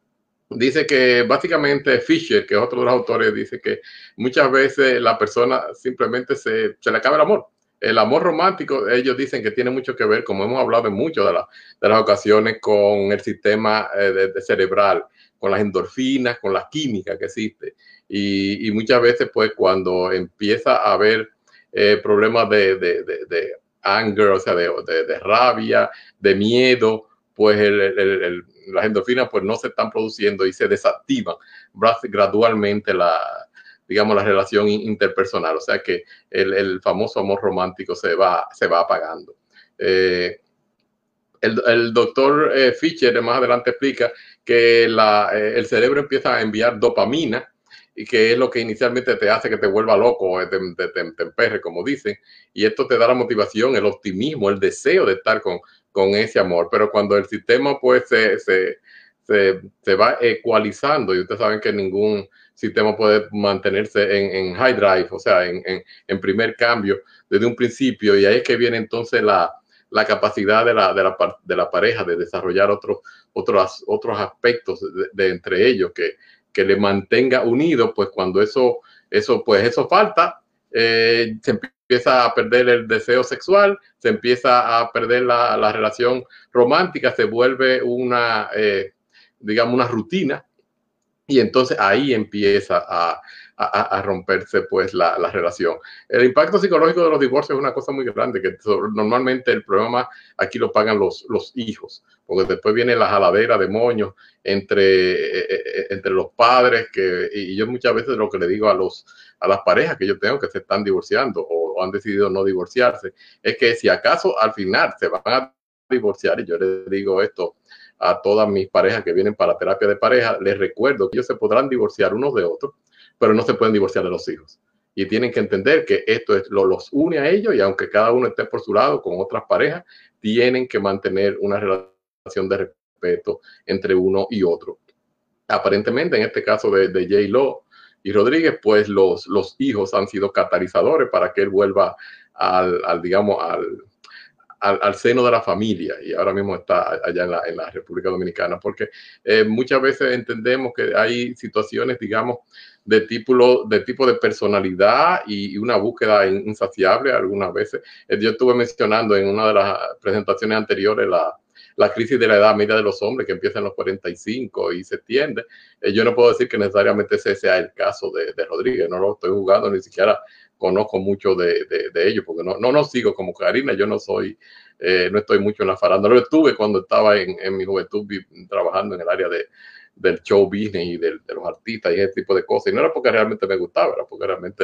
dice que básicamente Fisher, que es otro de los autores, dice que muchas veces la persona simplemente se, se le acaba el amor. El amor romántico, ellos dicen que tiene mucho que ver, como hemos hablado en muchas de, la, de las ocasiones, con el sistema eh, de, de cerebral, con las endorfinas, con la química que existe. Y, y muchas veces, pues, cuando empieza a haber eh, problemas de, de, de, de anger, o sea, de, de, de rabia, de miedo, pues el, el, el, las endorfinas pues no se están produciendo y se desactivan gradualmente la, digamos, la relación interpersonal. O sea que el, el famoso amor romántico se va, se va apagando. Eh, el, el doctor eh, Fisher más adelante explica que la, eh, el cerebro empieza a enviar dopamina, y que es lo que inicialmente te hace que te vuelva loco, te, te, te, te emperre, como dicen, y esto te da la motivación, el optimismo, el deseo de estar con, con ese amor. Pero cuando el sistema pues se, se, se, se va ecualizando, y ustedes saben que ningún sistema puede mantenerse en, en high drive, o sea, en, en, en primer cambio desde un principio, y ahí es que viene entonces la, la capacidad de la, de, la, de la pareja de desarrollar otros, otros, otros aspectos de, de entre ellos que que le mantenga unido. Pues cuando eso, eso, pues eso falta, eh, se empieza a perder el deseo sexual, se empieza a perder la, la relación romántica, se vuelve una, eh, digamos, una rutina, y entonces ahí empieza a, a, a romperse pues la, la relación. El impacto psicológico de los divorcios es una cosa muy grande, que normalmente el problema aquí lo pagan los, los hijos, porque después viene la jaladera de moños entre, eh, entre los padres, que, y yo muchas veces lo que le digo a, los, a las parejas que yo tengo que se están divorciando o, o han decidido no divorciarse, es que si acaso al final se van a divorciar, y yo les digo esto a todas mis parejas que vienen para terapia de pareja, les recuerdo que ellos se podrán divorciar unos de otros, pero no se pueden divorciar de los hijos. Y tienen que entender que esto es, lo, los une a ellos, y aunque cada uno esté por su lado con otras parejas, tienen que mantener una relación de respeto entre uno y otro. Aparentemente, en este caso de, de J-Lo y Rodríguez, pues los, los hijos han sido catalizadores para que él vuelva al, al digamos, al Al, al seno de la familia, y ahora mismo está allá en la, en la República Dominicana, porque eh, muchas veces entendemos que hay situaciones, digamos, de tipo de, tipo de personalidad y, y una búsqueda insaciable algunas veces. Eh, yo estuve mencionando en una de las presentaciones anteriores la, la crisis de la edad media de los hombres, que empieza en los cuarenta y cinco y se extiende. Eh, yo no puedo decir que necesariamente ese sea el caso de, de Rodríguez, no lo estoy jugando ni siquiera conozco mucho de, de, de ellos, porque no, no, no sigo como Karina, yo no soy, eh, no estoy mucho en la farándula. Lo estuve cuando estaba en, en mi juventud trabajando en el área de, del show business y de, de los artistas y ese tipo de cosas. Y no era porque realmente me gustaba, era porque realmente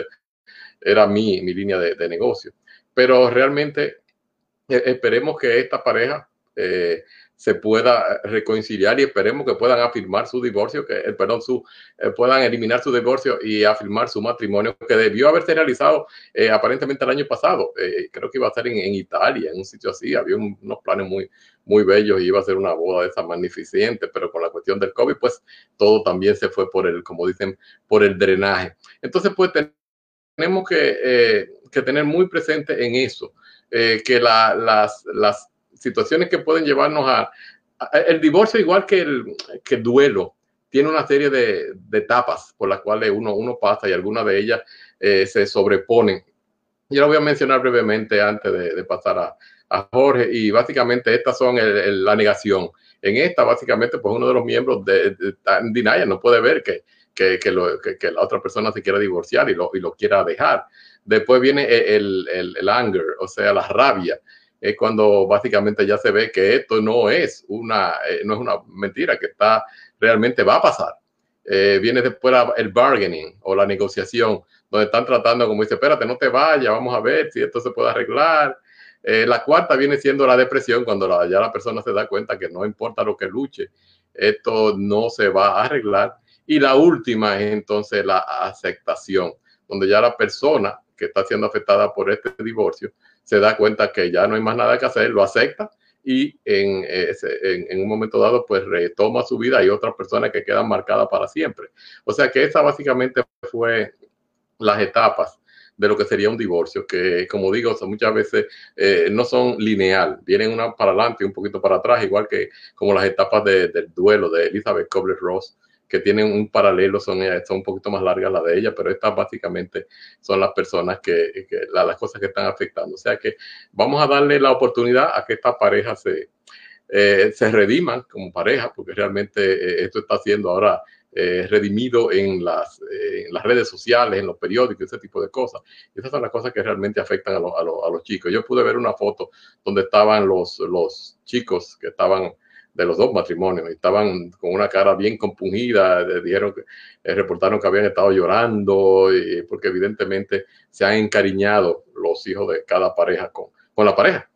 era mi, mi línea de, de negocio. Pero realmente eh, esperemos que esta pareja eh, se pueda reconciliar y esperemos que puedan afirmar su divorcio, que eh, perdón, su, eh, puedan eliminar su divorcio y afirmar su matrimonio, que debió haberse realizado eh, aparentemente el año pasado. Eh, creo que iba a ser en, en Italia, en un sitio así. Había un, unos planes muy, muy bellos y iba a ser una boda de esa magnificente, pero con la cuestión del COVID, pues todo también se fue por el, como dicen, por el drenaje. Entonces, pues tenemos que, eh, que tener muy presente en eso, eh, que la, las, las situaciones que pueden llevarnos a, a el divorcio, igual que el, que el duelo, tiene una serie de, de etapas por las cuales uno, uno pasa y algunas de ellas eh, se sobreponen. Yo lo voy a mencionar brevemente antes de, de pasar a, a Jorge, y básicamente estas son el, el, la negación. En esta, básicamente, pues uno de los miembros de, de, de denial no puede ver que, que, que, lo, que, que la otra persona se quiera divorciar y lo, y lo quiera dejar. Después viene el, el, el anger, o sea, la rabia. Es cuando básicamente ya se ve que esto no es una, eh, no es una mentira, que está realmente va a pasar. Eh, viene después el bargaining o la negociación, donde están tratando, como dice, espérate, no te vayas, vamos a ver si esto se puede arreglar. Eh, la cuarta viene siendo la depresión, cuando la, ya la persona se da cuenta que no importa lo que luche, esto no se va a arreglar. Y la última es entonces la aceptación, donde ya la persona que está siendo afectada por este divorcio se da cuenta que ya no hay más nada que hacer, lo acepta y en, ese, en, en un momento dado pues retoma su vida y otras personas que quedan marcadas para siempre. O sea que esa básicamente fue las etapas de lo que sería un divorcio, que como digo, o sea, muchas veces eh, no son lineal, vienen una para adelante y un poquito para atrás, igual que como las etapas de, del duelo de Elizabeth Kubler-Ross, que tienen un paralelo, son, son un poquito más largas las de ella, pero estas básicamente son las personas que, que la, las cosas que están afectando. O sea que vamos a darle la oportunidad a que esta pareja se, eh, se rediman como pareja, porque realmente eh, esto está siendo ahora eh, redimido en las, eh, en las redes sociales, en los periódicos, ese tipo de cosas. Y esas son las cosas que realmente afectan a, lo, a, lo, a los chicos. Yo pude ver una foto donde estaban los, los chicos que estaban de los dos matrimonios, y estaban con una cara bien compungida, dijeron que, eh, reportaron que habían estado llorando, y, porque evidentemente se han encariñado los hijos de cada pareja con, con la pareja.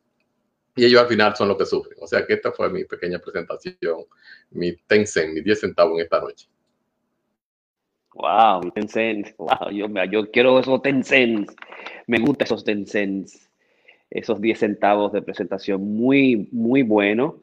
Y ellos al final son los que sufren. O sea que esta fue mi pequeña presentación, mi ten cent, mi diez centavos en esta noche. Wow, mi ten cents. Wow, yo, yo quiero esos ten cents. Me gustan esos ten cents. Esos diez centavos de presentación, muy, muy bueno.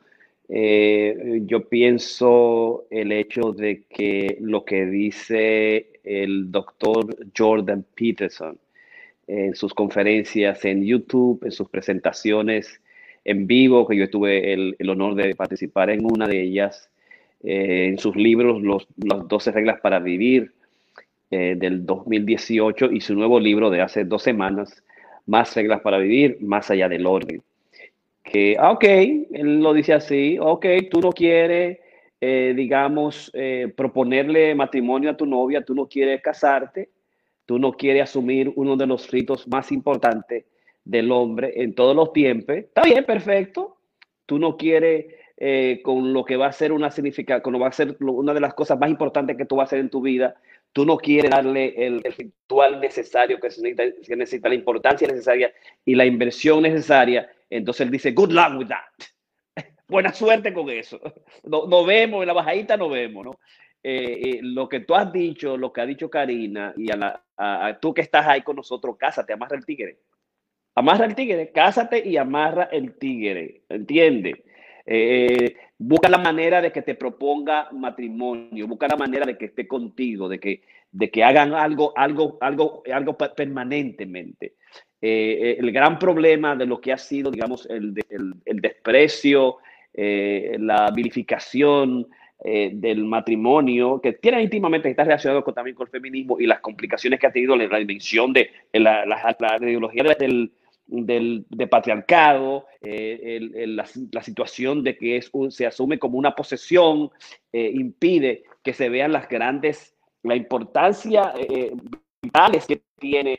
Eh, yo pienso el hecho de que lo que dice el doctor Jordan Peterson en sus conferencias en YouTube, en sus presentaciones en vivo, que yo tuve el, el honor de participar en una de ellas, eh, en sus libros, los, las doce reglas para vivir, eh, del dos mil dieciocho, y su nuevo libro de hace dos semanas, Más reglas para vivir, más allá del orden. Que, ah, ok, él lo dice así, ok, tú no quieres, eh, digamos, eh, proponerle matrimonio a tu novia, tú no quieres casarte, tú no quieres asumir uno de los ritos más importantes del hombre en todos los tiempos. Está bien, perfecto. Tú no quieres eh, con lo que va a ser una significa, con lo va a ser una de las cosas más importantes que tú vas a hacer en tu vida. Tú no quieres darle el, el ritual necesario que se necesita, que necesita, la importancia necesaria y la inversión necesaria. Entonces él dice, good luck with that. Buena suerte con eso. Nos no vemos, en la bajadita nos vemos, ¿no? Eh, eh, lo que tú has dicho, lo que ha dicho Karina, y a, la, a, a tú que estás ahí con nosotros, cásate, amarra el tigre. Amarra el tigre, cásate y amarra el tigre, ¿entiendes? Eh, busca la manera de que te proponga matrimonio, busca la manera de que esté contigo, de que, de que hagan algo, algo, algo, algo permanentemente. Eh, el gran problema de lo que ha sido, digamos, el, el, el desprecio, eh, la vilificación eh, del matrimonio, que tiene íntimamente, está relacionado con, también con el feminismo y las complicaciones que ha tenido la, la dimensión de la, la, la, la ideología del, del de patriarcado, eh, el, el, la, la situación de que es un, se asume como una posesión, eh, impide que se vean las grandes, la importancia eh, vitales que tiene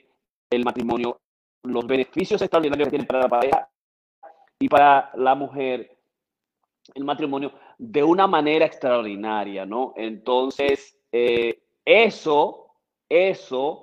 el matrimonio, los beneficios extraordinarios que tiene para la pareja y para la mujer el matrimonio de una manera extraordinaria, ¿no? Entonces, eh, eso, eso,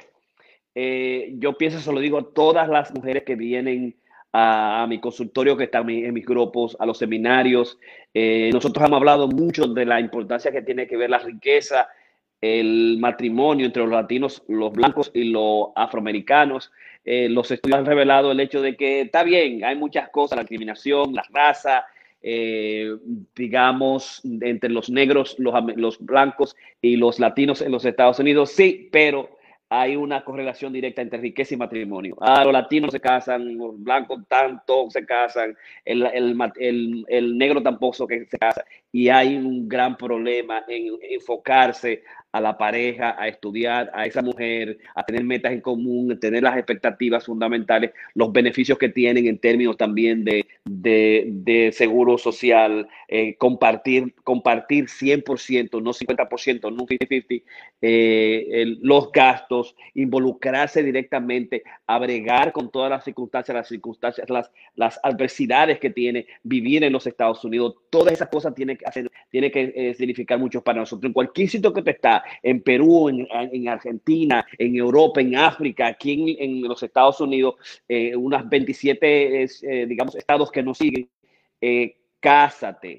eh, yo pienso, se lo digo a todas las mujeres que vienen a, a mi consultorio, que están en mis grupos, a los seminarios. Eh, nosotros hemos hablado mucho de la importancia que tiene que ver la riqueza, el matrimonio entre los latinos, los blancos y los afroamericanos. Eh, los estudios han revelado el hecho de que está bien, hay muchas cosas, la discriminación, la raza, eh, digamos, entre los negros, los, los blancos y los latinos en los Estados Unidos, sí, pero hay una correlación directa entre riqueza y matrimonio. Ah, los latinos se casan, los blancos tanto se casan, el, el, el, el negro tampoco que se casa. Y hay un gran problema en enfocarse a la pareja, a estudiar, a esa mujer, a tener metas en común, a tener las expectativas fundamentales, los beneficios que tienen en términos también de, de, de seguro social, eh, compartir, compartir cien por ciento, no cincuenta por ciento, no cincuenta cincuenta, eh, el, los gastos, involucrarse directamente, a bregar con todas las circunstancias, las circunstancias, las, las adversidades que tiene vivir en los Estados Unidos. Todas esas cosas tienen que hacer, tiene que eh, significar mucho para nosotros. En cualquier sitio que te está, en Perú, en, en Argentina, en Europa, en África, aquí en, en los Estados Unidos, eh, unas veintisiete, eh, digamos, estados que nos siguen, eh, cásate.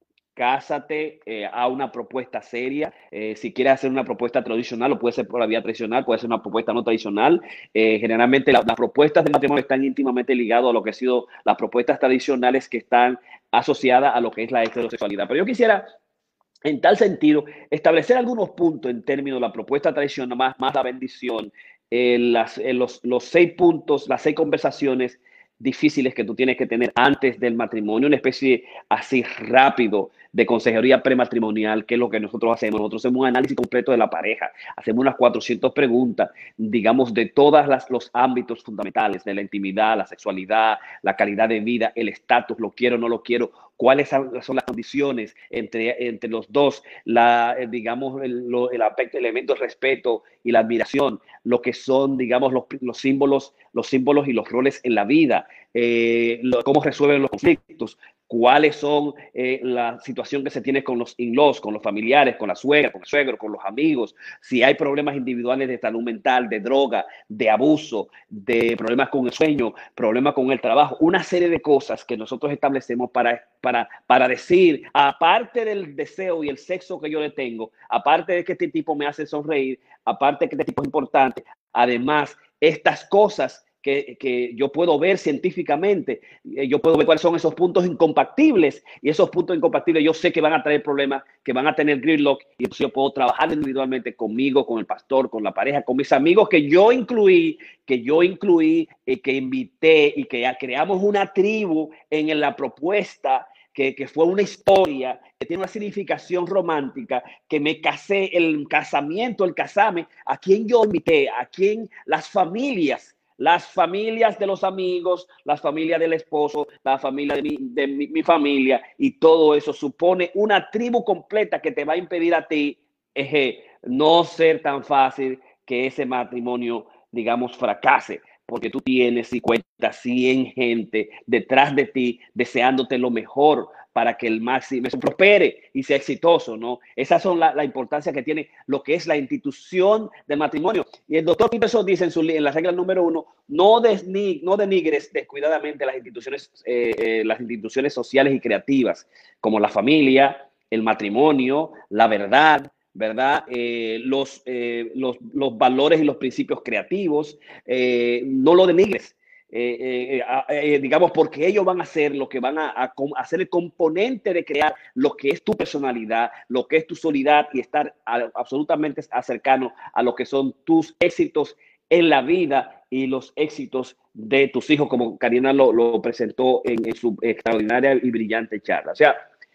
Cásate eh, a una propuesta seria. Eh, si quieres hacer una propuesta tradicional, o puede ser por la vía tradicional, puede ser una propuesta no tradicional. Eh, generalmente la, las propuestas de matrimonio están íntimamente ligadas a lo que han sido las propuestas tradicionales que están asociadas a lo que es la heterosexualidad. Pero yo quisiera, en tal sentido, establecer algunos puntos en términos de la propuesta tradicional, más, más la bendición, eh, las, eh, los, los seis puntos, las seis conversaciones difíciles que tú tienes que tener antes del matrimonio, una especie así rápido de consejería prematrimonial, que es lo que nosotros hacemos. Nosotros hacemos un análisis completo de la pareja, hacemos unas cuatrocientas preguntas, digamos, de todos los ámbitos fundamentales, de la intimidad, la sexualidad, la calidad de vida, el estatus, lo quiero o no lo quiero, cuáles son las condiciones entre, entre los dos, la, digamos, el, lo, el aspecto, el elemento de respeto y la admiración, lo que son, digamos, los, los símbolos, los símbolos y los roles en la vida, eh, lo, cómo resuelven los conflictos, cuáles son eh, la situación que se tiene con los in-laws, con los familiares, con la suegra, con el suegro, con los amigos, si hay problemas individuales de salud mental, de droga, de abuso, de problemas con el sueño, problemas con el trabajo, una serie de cosas que nosotros establecemos para, para, para decir, aparte del deseo y el sexo que yo le tengo, aparte de que este tipo me hace sonreír, aparte de que este tipo es importante, además, estas cosas Que, que yo puedo ver científicamente, yo puedo ver cuáles son esos puntos incompatibles, y esos puntos incompatibles yo sé que van a traer problemas, que van a tener gridlock, y entonces yo puedo trabajar individualmente conmigo, con el pastor, con la pareja, con mis amigos que yo incluí, que yo incluí, eh, que invité, y que ya creamos una tribu en la propuesta, que, que fue una historia, que tiene una significación romántica, que me casé, el casamiento, el casame, a quien yo invité, a quien las familias, las familias de los amigos, las familias del esposo, la familia de, mi, de mi, mi familia, y todo eso supone una tribu completa que te va a impedir a ti eh, no ser tan fácil que ese matrimonio, digamos, fracase, porque tú tienes cincuenta, cien gente detrás de ti deseándote lo mejor para que el máximo prospere y sea exitoso, ¿no? Esas son la, la importancia que tiene lo que es la institución del matrimonio. Y el doctor Peterson dice en, su, en la regla número uno, no, desni, no denigres descuidadamente las instituciones, eh, eh, las instituciones sociales y creativas, como la familia, el matrimonio, la verdad, ¿verdad? Eh, los, eh, los, los valores y los principios creativos, eh, no lo denigres. Eh, eh, eh, digamos, porque ellos van a ser lo que van a, a, a hacer el componente de crear lo que es tu personalidad, lo que es tu solidaridad, y estar a, absolutamente cercano a lo que son tus éxitos en la vida y los éxitos de tus hijos, como Karina lo, lo presentó en, en su extraordinaria y brillante charla. O sea,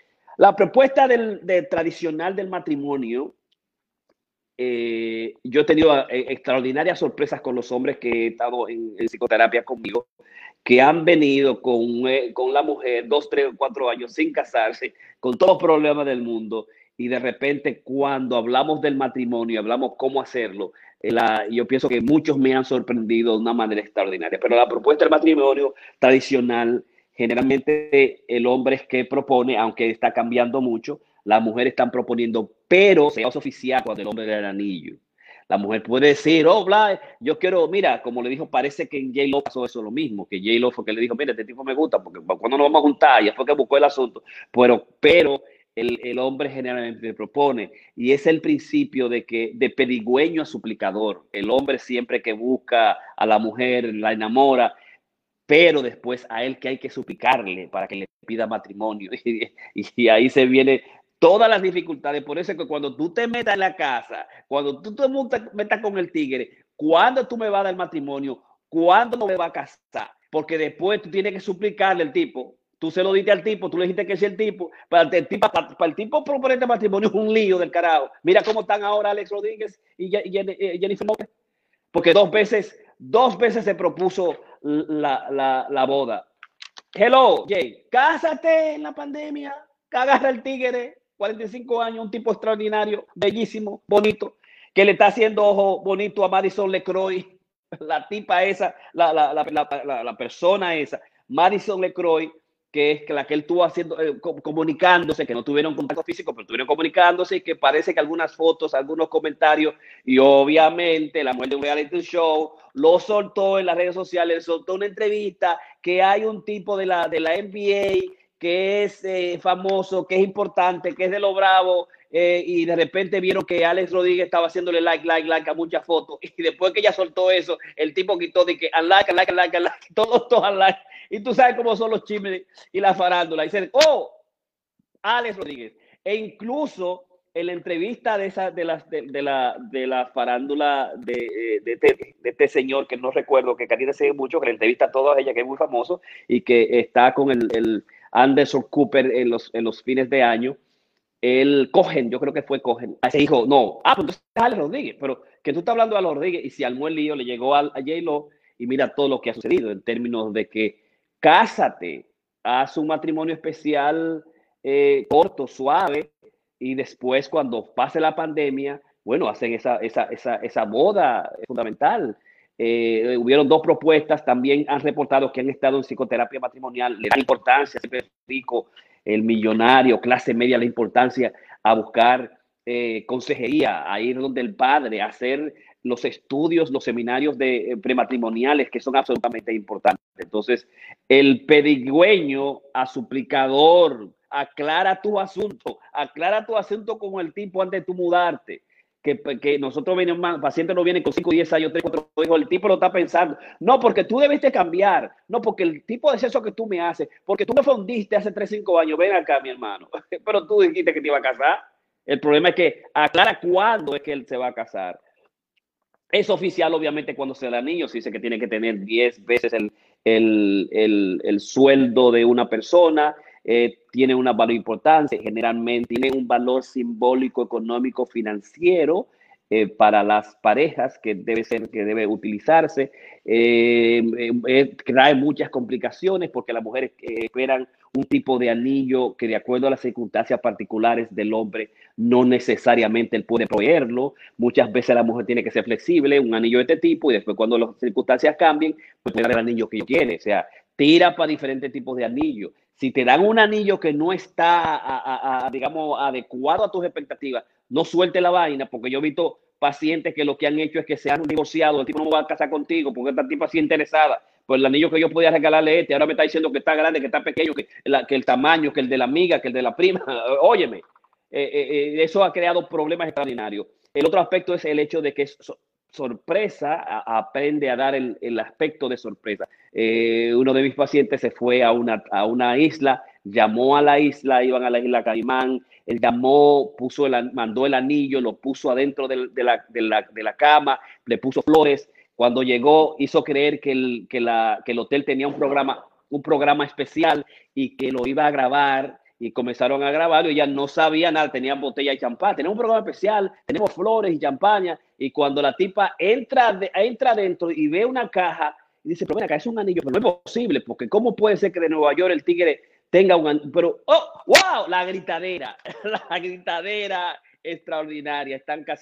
la propuesta del, de, tradicional del matrimonio, eh, yo he tenido eh, extraordinarias sorpresas con los hombres que he estado en, en psicoterapia conmigo, que han venido con, eh, con la mujer dos, tres o cuatro años sin casarse, con todos los problemas del mundo, y de repente cuando hablamos del matrimonio, hablamos cómo hacerlo, La, yo pienso que muchos me han sorprendido de una manera extraordinaria. Pero la propuesta del matrimonio tradicional, generalmente el hombre es que propone, aunque está cambiando mucho, las mujeres están proponiendo, pero se hace oficial cuando el hombre le da el anillo. La mujer puede decir, oh, bla, yo quiero, mira, como le dijo, parece que en J-Lo pasó eso lo mismo, que J-Lo fue que le dijo, mira, este tipo me gusta, porque cuando nos vamos a juntar, ya fue que buscó el asunto, pero, pero el, el hombre generalmente propone, y es el principio de que, de pedigüeño a suplicador, el hombre siempre que busca a la mujer, la enamora, pero después a él que hay que suplicarle para que le pida matrimonio, y, y, y ahí se viene todas las dificultades. Por eso es que cuando tú te metas en la casa, cuando tú te metas con el tigre, ¿cuándo tú me vas a dar matrimonio? ¿Cuándo no me va a casar? Porque después tú tienes que suplicarle al tipo. Tú se lo diste al tipo, tú le dijiste que es el tipo. Para el tipo, para, para el tipo proponerte matrimonio es un lío del carajo. Mira cómo están ahora Alex Rodríguez y Jennifer López. Porque dos veces, dos veces se propuso la, la, la boda. Hello, Jay, cásate en la pandemia, agarra el tigre, cuarenta y cinco años, un tipo extraordinario, bellísimo, bonito, que le está haciendo ojo bonito a Madison LeCroy, la tipa esa, la, la, la, la, la persona esa, Madison LeCroy, que es la que él estuvo haciendo, eh, comunicándose, que no tuvieron contacto físico, pero estuvieron comunicándose, y que parece que algunas fotos, algunos comentarios, y obviamente la mujer de un reality show lo soltó en las redes sociales, soltó una entrevista que hay un tipo de la, de la N B A que es eh, famoso, que es importante, que es de lo bravo, eh, y de repente vieron que Alex Rodríguez estaba haciéndole like, like, like a muchas fotos, y después que ella soltó eso, el tipo quitó de que unlike, unlike, unlike, unlike, todos, todos unlike, y tú sabes cómo son los chismes y la farándula, y dicen, oh, Alex Rodríguez, e incluso en la entrevista de esa de la, de, de la, de la farándula de, de, de, de este señor que no recuerdo, que Karina sigue mucho, que la entrevista a toda ella, que es muy famoso y que está con el, el Anderson Cooper en los, en los fines de año, el Cohen, yo creo que fue Cohen, se dijo, no, ah, pues entonces es Alex Rodríguez, pero que tú estás hablando de Alex Rodríguez, y si armó el lío, le llegó a, a J-Lo, y mira todo lo que ha sucedido en términos de que cásate, haz un matrimonio especial, eh, corto, suave, y después cuando pase la pandemia, bueno, hacen esa, esa, esa, esa boda fundamental. Eh, hubieron dos propuestas, también han reportado que han estado en psicoterapia matrimonial, le dan importancia, siempre rico, el millonario, clase media, la importancia a buscar eh, consejería, a ir donde el padre, a hacer los estudios, los seminarios de eh, prematrimoniales, que son absolutamente importantes. Entonces, el pedigüeño a suplicador, aclara tu asunto, aclara tu asunto con el tipo antes de tu mudarte. Que, que nosotros venimos, pacientes no vienen con cinco, diez años, tres, cuatro hijos, el tipo lo está pensando. No, porque tú debiste cambiar. No, porque el tipo de sexo que tú me haces, porque tú me fundiste hace tres, cinco años. Ven acá, mi hermano. Pero tú dijiste que te iba a casar. El problema es que aclara cuándo es que él se va a casar. Es oficial, obviamente, cuando se da anillo. Se dice que tiene que tener diez veces el, el, el, el sueldo de una persona. Eh, tiene una valor importante, generalmente tiene un valor simbólico, económico, financiero eh, para las parejas que debe ser, que debe utilizarse. Eh, eh, trae muchas complicaciones porque las mujeres eh, esperan un tipo de anillo que de acuerdo a las circunstancias particulares del hombre no necesariamente él puede proveerlo. Muchas veces la mujer tiene que ser flexible, un anillo de este tipo, y después cuando las circunstancias cambien, pues puede dar el anillo que yo quiere. O sea, tira para diferentes tipos de anillos. Si te dan un anillo que no está, a, a, a, digamos, adecuado a tus expectativas, no suelte la vaina, porque yo he visto pacientes que lo que han hecho es que se han divorciado, el tipo no me va a casar contigo porque esta tipa sí interesada, pues el anillo que yo podía regalarle este, ahora me está diciendo que está grande, que está pequeño, que, la, que el tamaño, que el de la amiga, que el de la prima. Óyeme, eh, eh, eso ha creado problemas extraordinarios. El otro aspecto es el hecho de que es so, sorpresa, a, aprende a dar el, el aspecto de sorpresa. Eh, uno de mis pacientes se fue a una, a una isla, llamó a la isla, iban a la isla Caimán, él llamó, puso el, mandó el anillo, lo puso adentro de, de, la, de, la, de la cama, le puso flores. Cuando llegó, hizo creer que el, que la, que el hotel tenía un programa, un programa especial y que lo iba a grabar, y comenzaron a grabarlo y ya no sabía nada, tenían botella de champán, tenemos un programa especial, tenemos flores y champaña, y cuando la tipa entra, de, entra dentro y ve una caja, y dice, pero ven acá, es un anillo, pero no es posible, porque ¿cómo puede ser que de Nueva York el tigre tenga un anillo? Pero, oh, wow, la gritadera, la gritadera extraordinaria, están casados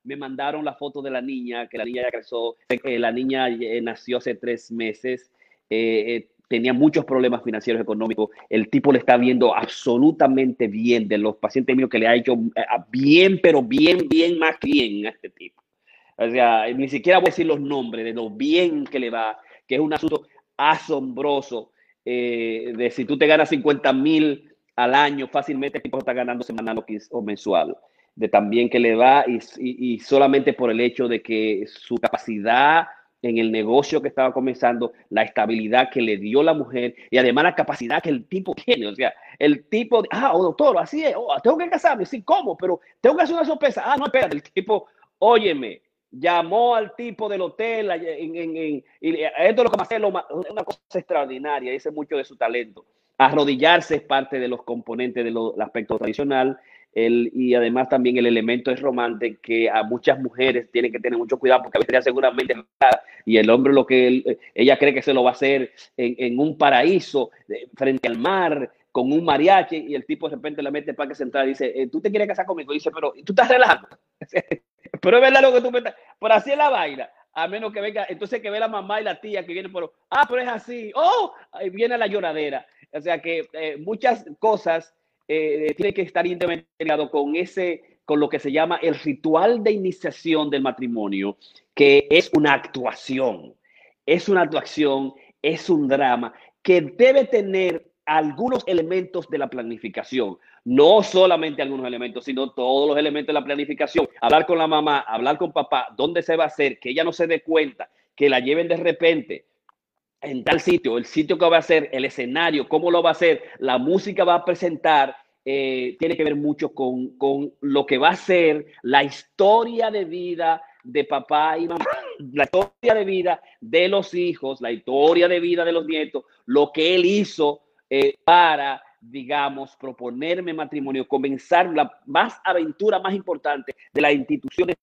me mandaron la foto de la niña, que la niña ya creció, eh, la niña eh, nació hace tres meses, eh, eh, tenía muchos problemas financieros, económicos. El tipo le está viendo absolutamente bien, de los pacientes míos que le ha hecho eh, bien, pero bien, bien, más bien a este tipo. O sea, ni siquiera voy a decir los nombres de lo bien que le va, que es un asunto asombroso. Eh, de si tú te ganas cincuenta mil al año, fácilmente el tipo está ganando semanal o mensual. De tan bien que le va y, y, y solamente por el hecho de que su capacidad en el negocio que estaba comenzando, la estabilidad que le dio la mujer y además la capacidad que el tipo tiene. O sea, el tipo, ah, oh, doctor, así es, oh, tengo que casarme, sí, ¿cómo? Pero tengo que hacer una sorpresa. Ah, no, espérate, el tipo, óyeme, llamó al tipo del hotel, en, en, en, y esto es lo que más es una cosa extraordinaria, dice mucho de su talento. Arrodillarse es parte de los componentes del aspecto tradicional. El, y además también el elemento es romántico, que a muchas mujeres tienen que tener mucho cuidado porque a veces seguramente y el hombre lo que él, ella cree que se lo va a hacer en, en un paraíso frente al mar con un mariachi y el tipo de repente le mete para que central y dice, ¿tú te quieres casar conmigo? Y dice, pero tú estás relajando. Pero es verdad lo que tú me estás, pero así es la vaina. A menos que venga, entonces que ve la mamá y la tía que vienen por, ah, pero es así, oh, ahí viene la lloradera. O sea que eh, muchas cosas Eh, tiene que estar intermediado con ese, con lo que se llama el ritual de iniciación del matrimonio, que es una actuación, es una actuación, es un drama que debe tener algunos elementos de la planificación, no solamente algunos elementos, sino todos los elementos de la planificación. Hablar con la mamá, hablar con papá, dónde se va a hacer, que ella no se dé cuenta, que la lleven de repente en tal sitio, el sitio que va a ser, el escenario, cómo lo va a hacer, la música va a presentar, eh, tiene que ver mucho con, con lo que va a ser la historia de vida de papá y mamá, la historia de vida de los hijos, la historia de vida de los nietos, lo que él hizo eh, para, digamos, proponerme matrimonio, comenzar la más aventura más importante de las instituciones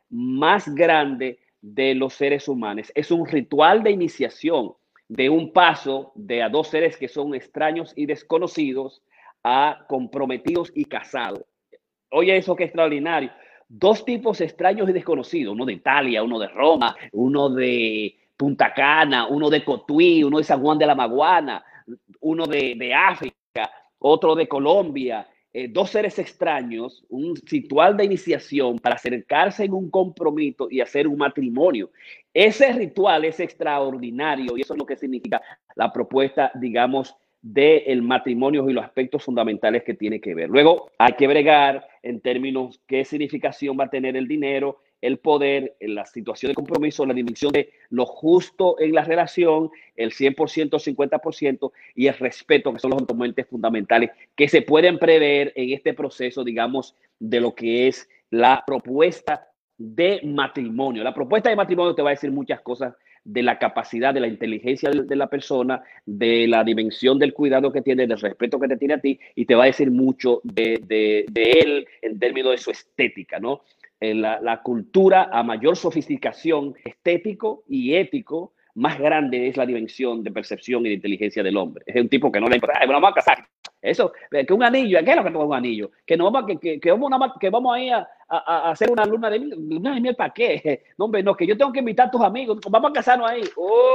más grandes de los seres humanos. Es un ritual de iniciación de un paso de a dos seres que son extraños y desconocidos a comprometidos y casados. Oye, eso qué extraordinario. Dos tipos extraños y desconocidos, uno de Italia, uno de Roma, uno de Punta Cana, uno de Cotuí, uno de San Juan de la Maguana, uno de, de África, otro de Colombia. Eh, dos seres extraños, un ritual de iniciación para acercarse en un compromiso y hacer un matrimonio. Ese ritual es extraordinario y eso es lo que significa la propuesta, digamos, del matrimonio y los aspectos fundamentales que tiene que ver. Luego hay que bregar en términos qué significación va a tener el dinero, el poder, en la situación de compromiso, la dimensión de lo justo en la relación, el cien por ciento, cincuenta por ciento y el respeto, que son los componentes fundamentales que se pueden prever en este proceso, digamos, de lo que es la propuesta de matrimonio. La propuesta de matrimonio te va a decir muchas cosas de la capacidad, de la inteligencia de la persona, de la dimensión del cuidado que tiene, del respeto que te tiene a ti, y te va a decir mucho de, de, de él en términos de su estética, ¿no? En la, la cultura a mayor sofisticación estético y ético, más grande es la dimensión de percepción y de inteligencia del hombre. Es un tipo que no le importa, bueno, vamos a casar. Eso, que un anillo, ¿qué es lo que tengo un anillo? Que, no vamos, que, que, que, vamos, una, que vamos a ir a, a, a hacer una luna de miel. ¿Luna de miel para qué? No, hombre, no, que yo tengo que invitar a tus amigos. Vamos a casarnos ahí.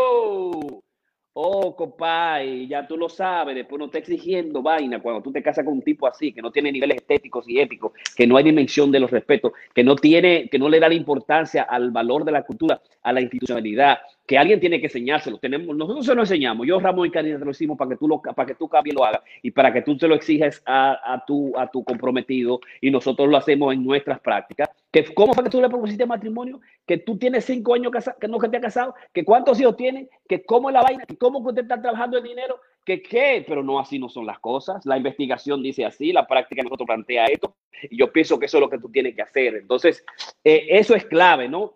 ¡Oh! Oh, compadre, ya tú lo sabes, después no está exigiendo vaina cuando tú te casas con un tipo así, que no tiene niveles estéticos y éticos, que no hay dimensión de los respetos, que no tiene, que no le da la importancia al valor de la cultura, a la institucionalidad, que alguien tiene que enseñárselo. Tenemos, nosotros se lo enseñamos, yo, Ramón y Karina, te lo hicimos para que tú lo, para que tú también lo hagas y para que tú te lo exiges a, a, tu, a tu comprometido y nosotros lo hacemos en nuestras prácticas. Que, ¿cómo fue que tú le propusiste matrimonio? Que tú tienes cinco años casado, que no que te has casado, que cuántos hijos tienes, que cómo es la vaina, que cómo usted está trabajando el dinero, que qué, pero no, así no son las cosas. La investigación dice así, la práctica nosotros plantea esto, y yo pienso que eso es lo que tú tienes que hacer. Entonces, eh, eso es clave, ¿no?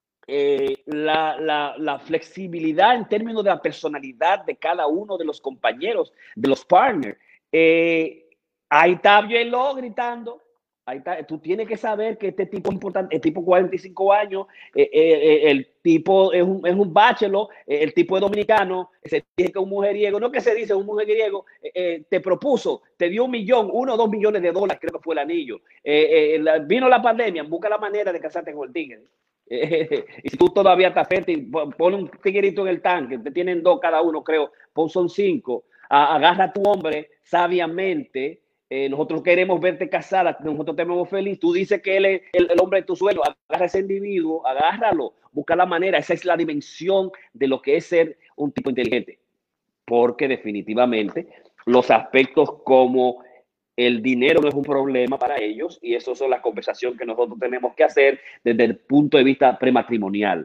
Eh, la, la, la flexibilidad en términos de la personalidad de cada uno de los compañeros, de los partners. Eh, ahí está Bielo gritando. Ahí está. Tú tienes que saber que este tipo es importante, el tipo cuarenta y cinco años, eh, eh, el tipo es un, es un bachelor, eh, el tipo es dominicano, se dice que es un mujeriego, no que se dice un mujeriego, eh, eh, te propuso, te dio un millón, uno o dos millones de dólares, creo que fue el anillo. Eh, eh, la, vino la pandemia, busca la manera de casarte con el tigre. Eh, y si tú todavía estás fértil, pon un tiguerito en el tanque, te tienen dos cada uno, creo, pon son cinco. A, agarra a tu hombre sabiamente. Eh, nosotros queremos verte casada, nosotros te vemos feliz. Tú dices que él es el, el hombre de tu sueño, agarra a ese individuo, agárralo, busca la manera. Esa es la dimensión de lo que es ser un tipo inteligente, porque definitivamente los aspectos como el dinero no es un problema para ellos, y eso son las conversaciones que nosotros tenemos que hacer desde el punto de vista prematrimonial.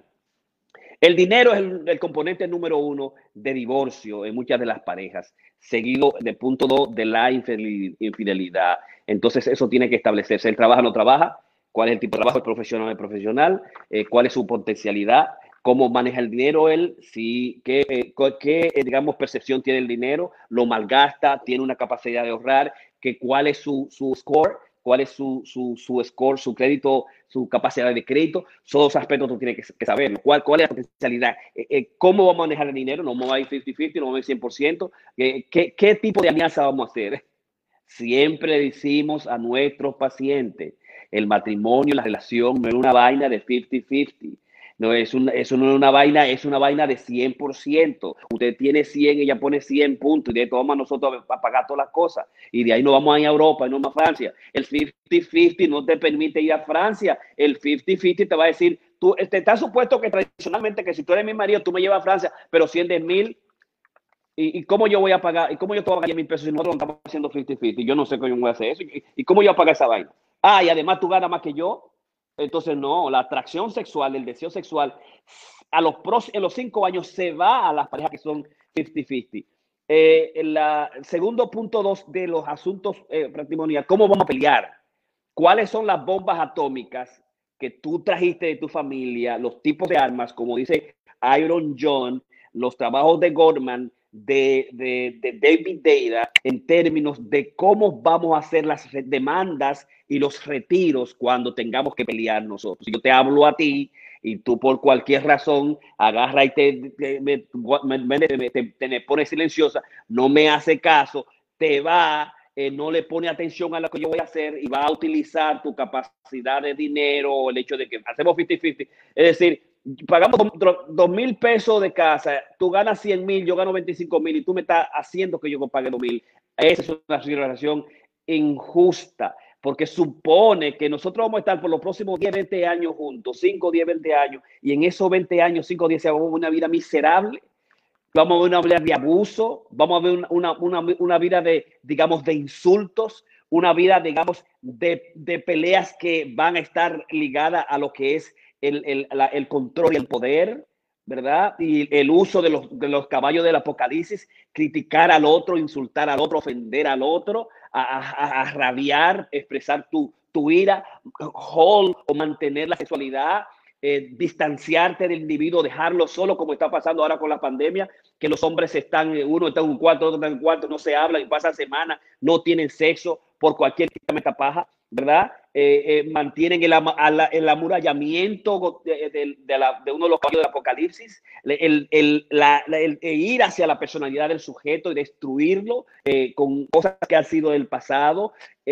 El dinero es el, el componente número uno de divorcio en muchas de las parejas, seguido de punto dos de la infidelidad. Entonces eso tiene que establecerse. ¿El trabaja o no trabaja? ¿Cuál es el tipo de trabajo? ¿El profesional o el profesional? Eh, ¿Cuál es su potencialidad? ¿Cómo maneja el dinero él? Sí, ¿qué, eh, qué digamos, percepción tiene el dinero? ¿Lo malgasta? ¿Tiene una capacidad de ahorrar? ¿Qué, ¿Cuál es su, su score? ¿Cuál es su, su, su score, su crédito, su capacidad de crédito? Son dos aspectos que tú tienes que, que saber. ¿Cuál, ¿Cuál es la potencialidad? Eh, eh, ¿Cómo vamos a manejar el dinero? ¿No vamos a ir cincuenta cincuenta? ¿No vamos a ir cien por ciento? Eh, ¿qué, ¿Qué tipo de alianza vamos a hacer? Siempre le decimos a nuestros pacientes, el matrimonio, la relación no es una vaina de cincuenta cincuenta. No es una, eso no es una vaina, es una vaina de cien por ciento. Usted tiene cien, ella pone cien puntos y de todo vamos nosotros a pagar todas las cosas. Y de ahí nos vamos a ir a Europa y no más a Francia. El cincuenta cincuenta no te permite ir a Francia. El cincuenta cincuenta te va a decir, tú te estás supuesto que tradicionalmente que si tú eres mi marido, tú me llevas a Francia, pero cien de mil. ¿Y, ¿Y cómo yo voy a pagar? ¿Y cómo yo te voy a pagar mil pesos si nosotros estamos haciendo cincuenta cincuenta? Yo no sé cómo yo voy a hacer eso. ¿Y, ¿Y cómo yo voy a pagar esa vaina? Ah, y además tú ganas más que yo. Entonces, no, la atracción sexual, el deseo sexual, a los pros, en los cinco años se va a las parejas que son cincuenta cincuenta. Eh, el, la, el segundo punto dos de los asuntos eh, matrimoniales, ¿cómo vamos a pelear? ¿Cuáles son las bombas atómicas que tú trajiste de tu familia? Los tipos de armas, como dice Iron John, los trabajos de Goldman, de, de, de David Deida, en términos de cómo vamos a hacer las demandas y los retiros cuando tengamos que pelear nosotros. Si yo te hablo a ti y tú por cualquier razón agarra y te, te, me, me, te, te, te me pones silenciosa, no me hace caso, te va, eh, no le pone atención a lo que yo voy a hacer y va a utilizar tu capacidad de dinero o el hecho de que hacemos cincuenta cincuenta. Es decir, pagamos dos mil pesos de casa, tú ganas cien mil, yo gano veinticinco mil y tú me estás haciendo que yo pague dos mil. Esa es una relación injusta, porque supone que nosotros vamos a estar por los próximos diez, veinte años juntos, cinco, diez, veinte años, y en esos veinte años, cinco, diez, vamos a ver una vida miserable, vamos a ver una vida de abuso, vamos a ver una, una, una, una vida de, digamos, de insultos, una vida, digamos, de, de peleas que van a estar ligadas a lo que es el, el, la, el control y el poder, ¿verdad? Y el uso de los, de los caballos del apocalipsis, criticar al otro, insultar al otro, ofender al otro, a, a, a rabiar, expresar tu, tu ira, hold o mantener la sexualidad, eh, distanciarte del individuo, dejarlo solo, como está pasando ahora con la pandemia, que los hombres están, uno está en un cuarto, otro está en un cuarto, no se hablan y pasan semanas, no tienen sexo por cualquier paja, ¿verdad? Eh, eh, mantienen el, el, el amurallamiento de, de, de, la, de uno de los caballos del apocalipsis, el, el, la, el, el ir hacia la personalidad del sujeto y destruirlo eh, con cosas que han sido del pasado,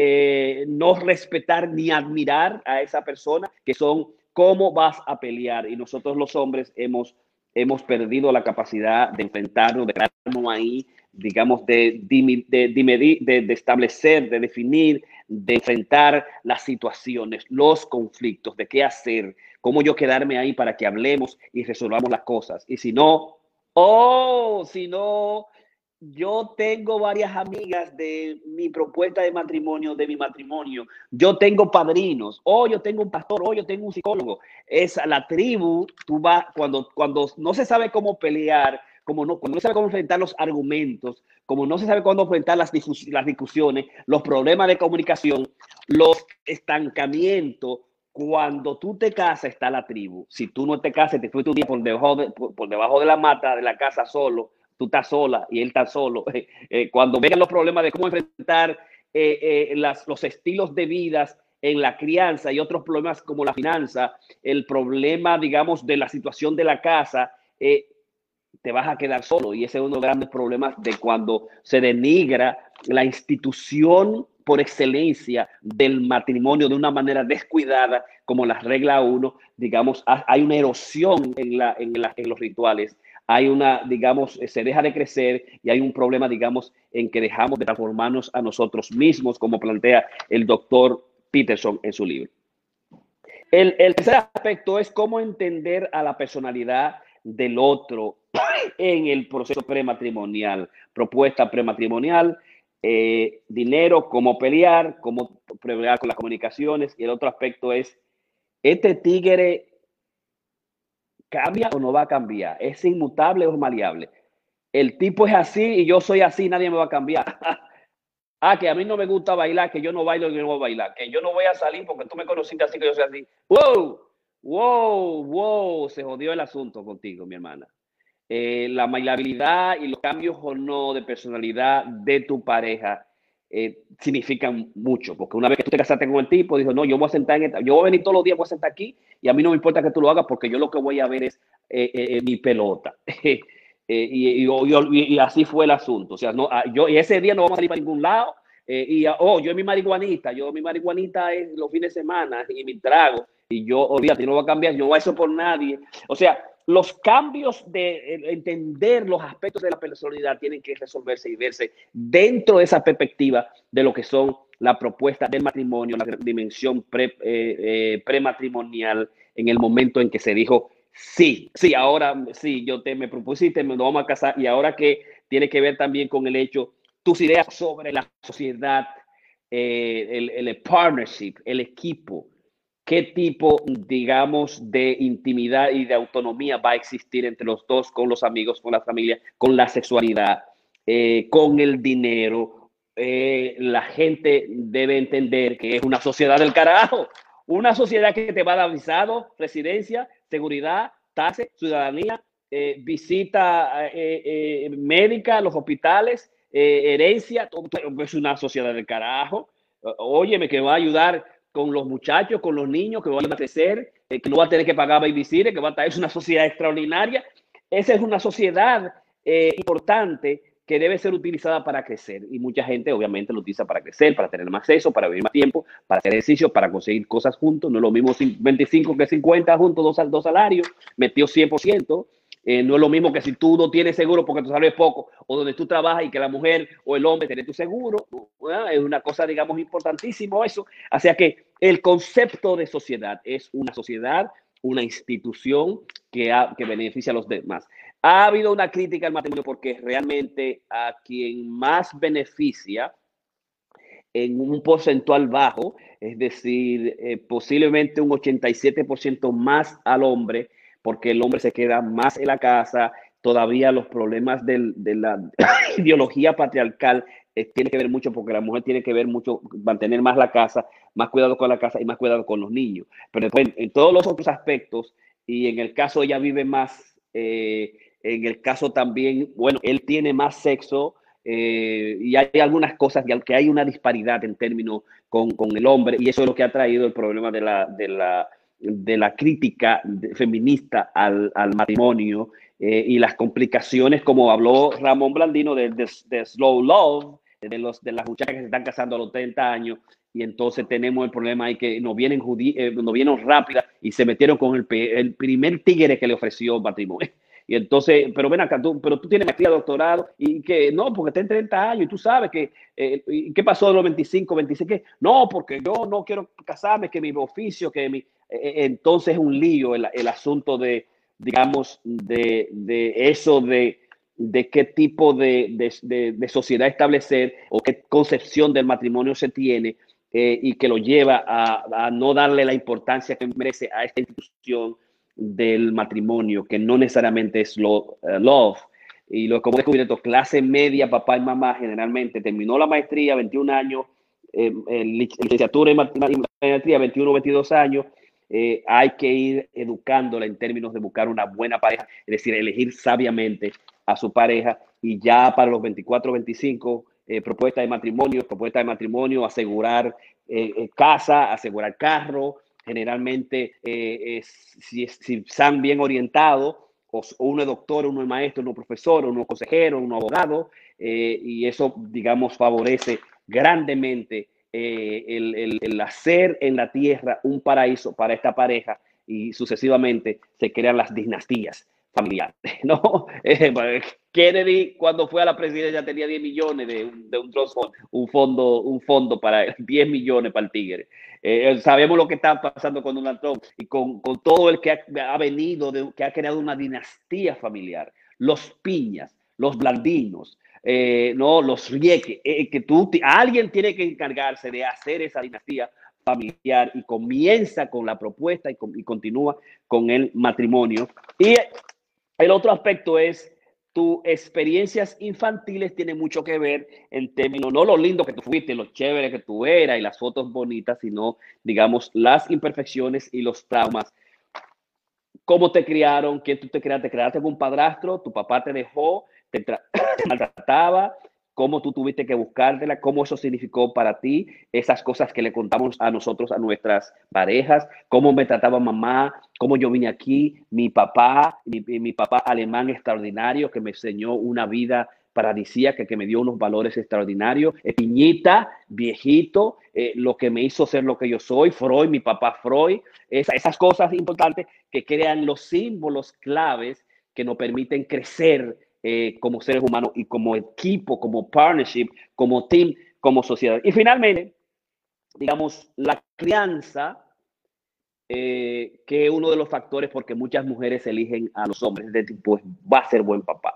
eh, no respetar ni admirar a esa persona, que son cómo vas a pelear. Y nosotros los hombres hemos, hemos perdido la capacidad de enfrentarnos, de quedarnos ahí, digamos, de, de, de, de, de establecer, de definir, de enfrentar las situaciones, los conflictos, de qué hacer, cómo yo quedarme ahí para que hablemos y resolvamos las cosas. Y si no, oh, si no, yo tengo varias amigas de mi propuesta de matrimonio, de mi matrimonio. Yo tengo padrinos, o yo tengo un pastor, o yo tengo un psicólogo. Es la tribu, tú vas, cuando, cuando no se sabe cómo pelear, como no, cuando no se sabe cómo enfrentar los argumentos, como no se sabe cómo enfrentar las, las discusiones, los problemas de comunicación, los estancamientos, cuando tú te casas está la tribu. Si tú no te casas, te fuiste un día por debajo de, por, por debajo de la mata de la casa solo, tú estás sola y él está solo. Eh, cuando vengan los problemas de cómo enfrentar eh, eh, las, los estilos de vida en la crianza y otros problemas como la finanza, el problema, digamos, de la situación de la casa, eh, te vas a quedar solo. Y ese es uno de los grandes problemas de cuando se denigra la institución por excelencia del matrimonio de una manera descuidada, como la regla uno, digamos, hay una erosión en, la, en, la, en los rituales. Hay una, digamos, se deja de crecer y hay un problema, digamos, en que dejamos de transformarnos a nosotros mismos, como plantea el doctor Peterson en su libro. El, el tercer aspecto es cómo entender a la personalidad del otro en el proceso prematrimonial, propuesta prematrimonial, eh, dinero, cómo pelear, cómo pelear con las comunicaciones. Y el otro aspecto es, ¿este tigre cambia o no va a cambiar? ¿Es inmutable o es maleable? El tipo es así y yo soy así, nadie me va a cambiar. Ah, que a mí no me gusta bailar, que yo no bailo y yo no voy a bailar, que yo no voy a salir porque tú me conociste así, que yo soy así. ¡Wow! ¡Wow! ¡Wow! Se jodió el asunto contigo, mi hermana. Eh, la bailabilidad y los cambios o no de personalidad de tu pareja eh, significan mucho, porque una vez que tú te casaste con el tipo, dijo, no, yo voy a sentar en esta, yo voy a venir todos los días, voy a sentar aquí y a mí no me importa que tú lo hagas porque yo lo que voy a ver es eh, eh, mi pelota. Eh, y, y, y, y así fue el asunto. O sea, no, yo, y ese día no vamos a salir para ningún lado. Eh, y, oh, yo mi marihuanita, yo mi marihuanita es los fines de semana y mi trago. Y yo, olvídate, no va a cambiar, yo no voy a eso por nadie. O sea, los cambios de eh, entender los aspectos de la personalidad tienen que resolverse y verse dentro de esa perspectiva de lo que son la propuesta del matrimonio, la dimensión pre, eh, eh, prematrimonial en el momento en que se dijo sí, sí, ahora sí, yo te me propusiste, nos vamos a casar y ahora que tiene que ver también con el hecho, tus ideas sobre la sociedad, eh, el, el partnership, el equipo, qué tipo, digamos, de intimidad y de autonomía va a existir entre los dos, con los amigos, con la familia, con la sexualidad, eh, con el dinero. Eh, la gente debe entender que es una sociedad del carajo. Una sociedad que te va a dar visado, residencia, seguridad, tasa, ciudadanía, eh, visita eh, eh, médica, los hospitales, eh, herencia, todo, es una sociedad del carajo. Óyeme, que va a ayudar con los muchachos, con los niños, que van a crecer, eh, que no va a tener que pagar babysitter, que va a estar, es una sociedad extraordinaria. Esa es una sociedad eh, importante que debe ser utilizada para crecer. Y mucha gente obviamente lo utiliza para crecer, para tener más acceso, para vivir más tiempo, para hacer ejercicio, para conseguir cosas juntos. No es lo mismo veinticinco que cincuenta juntos, dos, dos salarios, metió cien por ciento. Eh, no es lo mismo que si tú no tienes seguro porque tu salario es poco, o donde tú trabajas y que la mujer o el hombre tiene tu seguro. ¿Verdad? Es una cosa, digamos, importantísimo eso. O sea que el concepto de sociedad es una sociedad, una institución que, ha, que beneficia a los demás. Ha habido una crítica al matrimonio porque realmente a quien más beneficia en un porcentual bajo, es decir, eh, posiblemente un ochenta y siete por ciento más al hombre, porque el hombre se queda más en la casa. Todavía los problemas del, de la ideología patriarcal eh, tiene que ver mucho porque la mujer tiene que ver mucho, mantener más la casa, más cuidado con la casa y más cuidado con los niños. Pero después, en todos los otros aspectos, y en el caso ella vive más, eh, en el caso también, bueno, él tiene más sexo, eh, y hay algunas cosas que hay una disparidad en términos con, con el hombre, y eso es lo que ha traído el problema de la, de la, de la crítica feminista al, al matrimonio, eh, y las complicaciones, como habló Ramón Blandino, de, de, de slow love, de, los, de las muchachas que se están casando a los treinta años, y entonces tenemos el problema ahí que nos vienen, eh, nos vienen rápidas y se metieron con el, el primer tigre que le ofreció matrimonio. Y entonces, pero ven acá, tú, pero tú tienes maestría, doctorado, y que no, porque ten treinta años y tú sabes que, eh, ¿qué pasó de los veinticinco, veintiséis? ¿Qué? No, porque yo no quiero casarme, que mi oficio, que mi... Eh, entonces es un lío el, el asunto de, digamos, de, de eso de, de qué tipo de, de, de, de sociedad establecer o qué concepción del matrimonio se tiene, eh, y que lo lleva a, a no darle la importancia que merece a esta institución del matrimonio, que no necesariamente es lo, uh, love. Y lo como descubierto, clase media, papá y mamá, generalmente terminó la maestría, veintiún años, eh, licenciatura en maestría, veintiuno, veintidós años. Eh, hay que ir educándola en términos de buscar una buena pareja, es decir, elegir sabiamente a su pareja, y ya para los veinticuatro, veinticinco, eh, propuesta de matrimonio, propuesta de matrimonio, asegurar eh, eh, casa, asegurar carro, generalmente eh, eh, si, si están bien orientados, o uno es doctor, uno es maestro, uno es profesor, uno es consejero, uno es abogado, eh, y eso, digamos, favorece grandemente eh, el, el, el hacer en la tierra un paraíso para esta pareja, y sucesivamente se crean las dinastías familiares, ¿no? Eh, Kennedy, cuando fue a la presidencia, tenía diez millones de, de un trust fund, un fondo, un fondo para diez millones para el tigre. Eh, sabemos lo que está pasando con Donald Trump y con, con todo el que ha, ha venido, de, que ha creado una dinastía familiar. Los Piñas, los Blandinos, eh, no, los Rieke, eh, que tú, alguien tiene que encargarse de hacer esa dinastía familiar, y comienza con la propuesta y, con, y continúa con el matrimonio. Y el otro aspecto es tus experiencias infantiles tienen mucho que ver en términos, no lo lindo que tú fuiste, lo chévere que tú eras y las fotos bonitas, sino, digamos, las imperfecciones y los traumas. ¿Cómo te criaron? ¿Quién tú te criaste? ¿Te criaste con un padrastro? ¿Tu papá te dejó? ¿Te, te maltrataba? ¿Cómo tú tuviste que buscártela? ¿Cómo eso significó para ti? Esas cosas que le contamos a nosotros, a nuestras parejas. ¿Cómo me trataba mamá? ¿Cómo yo vine aquí? Mi papá, mi, mi papá alemán extraordinario que me enseñó una vida paradisíaca, que me dio unos valores extraordinarios. Eh, piñita, viejito, eh, lo que me hizo ser lo que yo soy. Freud, mi papá Freud. Esa, esas cosas importantes que crean los símbolos claves que nos permiten crecer eh, como seres humanos y como equipo, como partnership, como team, como sociedad. Y finalmente, digamos, la crianza, eh, que es uno de los factores porque muchas mujeres eligen a los hombres de tipo, pues, va a ser buen papá.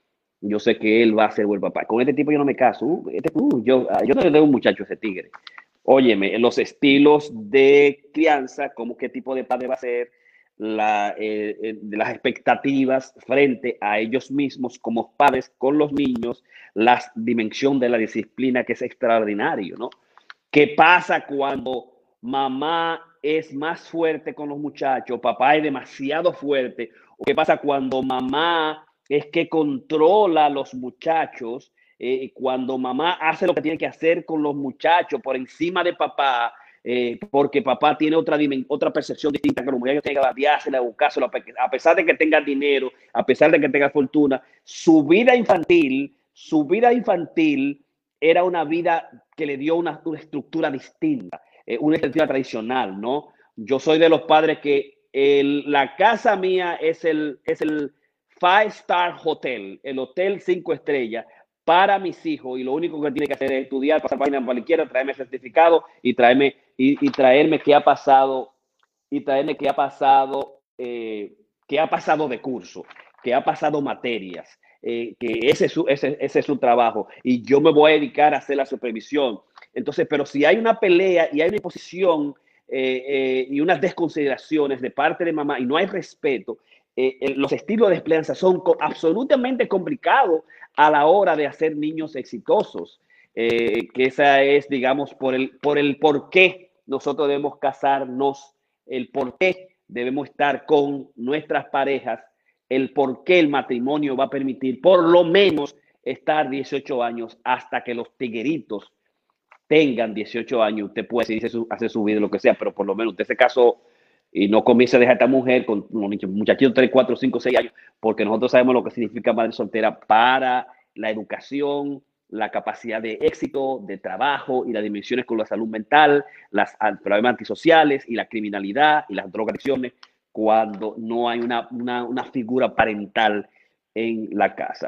Yo sé que él va a ser buen papá. Con este tipo yo no me caso. Uh, este, uh, yo, yo no le doy un muchacho a ese tigre. Óyeme, los estilos de crianza, como qué tipo de padre va a ser, la, eh, eh, las expectativas frente a ellos mismos como padres con los niños, la dimensión de la disciplina que es extraordinario, ¿no? ¿Qué pasa cuando mamá es más fuerte con los muchachos, papá es demasiado fuerte? ¿O qué pasa cuando mamá es que controla a los muchachos? Eh, cuando mamá hace lo que tiene que hacer con los muchachos por encima de papá, eh, porque papá tiene otra, otra percepción distinta, que los muchachos tengan que bateársela, buscárselo, a pesar de que tengan dinero, a pesar de que tengan fortuna. Su vida infantil, su vida infantil era una vida que le dio una, una estructura distinta, eh, una estructura tradicional, ¿no? Yo soy de los padres que el, la casa mía es el, es el Five Star Hotel, el hotel cinco estrellas para mis hijos, y lo único que tiene que hacer es estudiar, pasar página en cualquiera, traerme certificado y traerme, y, y traerme qué ha pasado, y traerme qué ha pasado, eh, qué ha pasado de curso, qué ha pasado materias, eh, que ese es, su, ese, ese es su trabajo, y yo me voy a dedicar a hacer la supervisión. Entonces, pero si hay una pelea y hay una imposición eh, eh, y unas desconsideraciones de parte de mamá y no hay respeto, eh, eh, los estilos de crianza son co absolutamente complicados a la hora de hacer niños exitosos, eh, que esa es, digamos, por el, por el por qué nosotros debemos casarnos, el por qué debemos estar con nuestras parejas, el por qué el matrimonio va a permitir por lo menos estar dieciocho años hasta que los tigueritos tengan dieciocho años. Usted puede decidir su, hacer su vida, lo que sea, pero por lo menos usted se casó y no comienza a dejar a esta mujer con muchachitos tres, cuatro, cinco, seis años, porque nosotros sabemos lo que significa madre soltera para la educación, la capacidad de éxito, de trabajo y las dimensiones con la salud mental, las problemas antisociales y la criminalidad y las drogadicciones, cuando no hay una, una, una figura parental en la casa.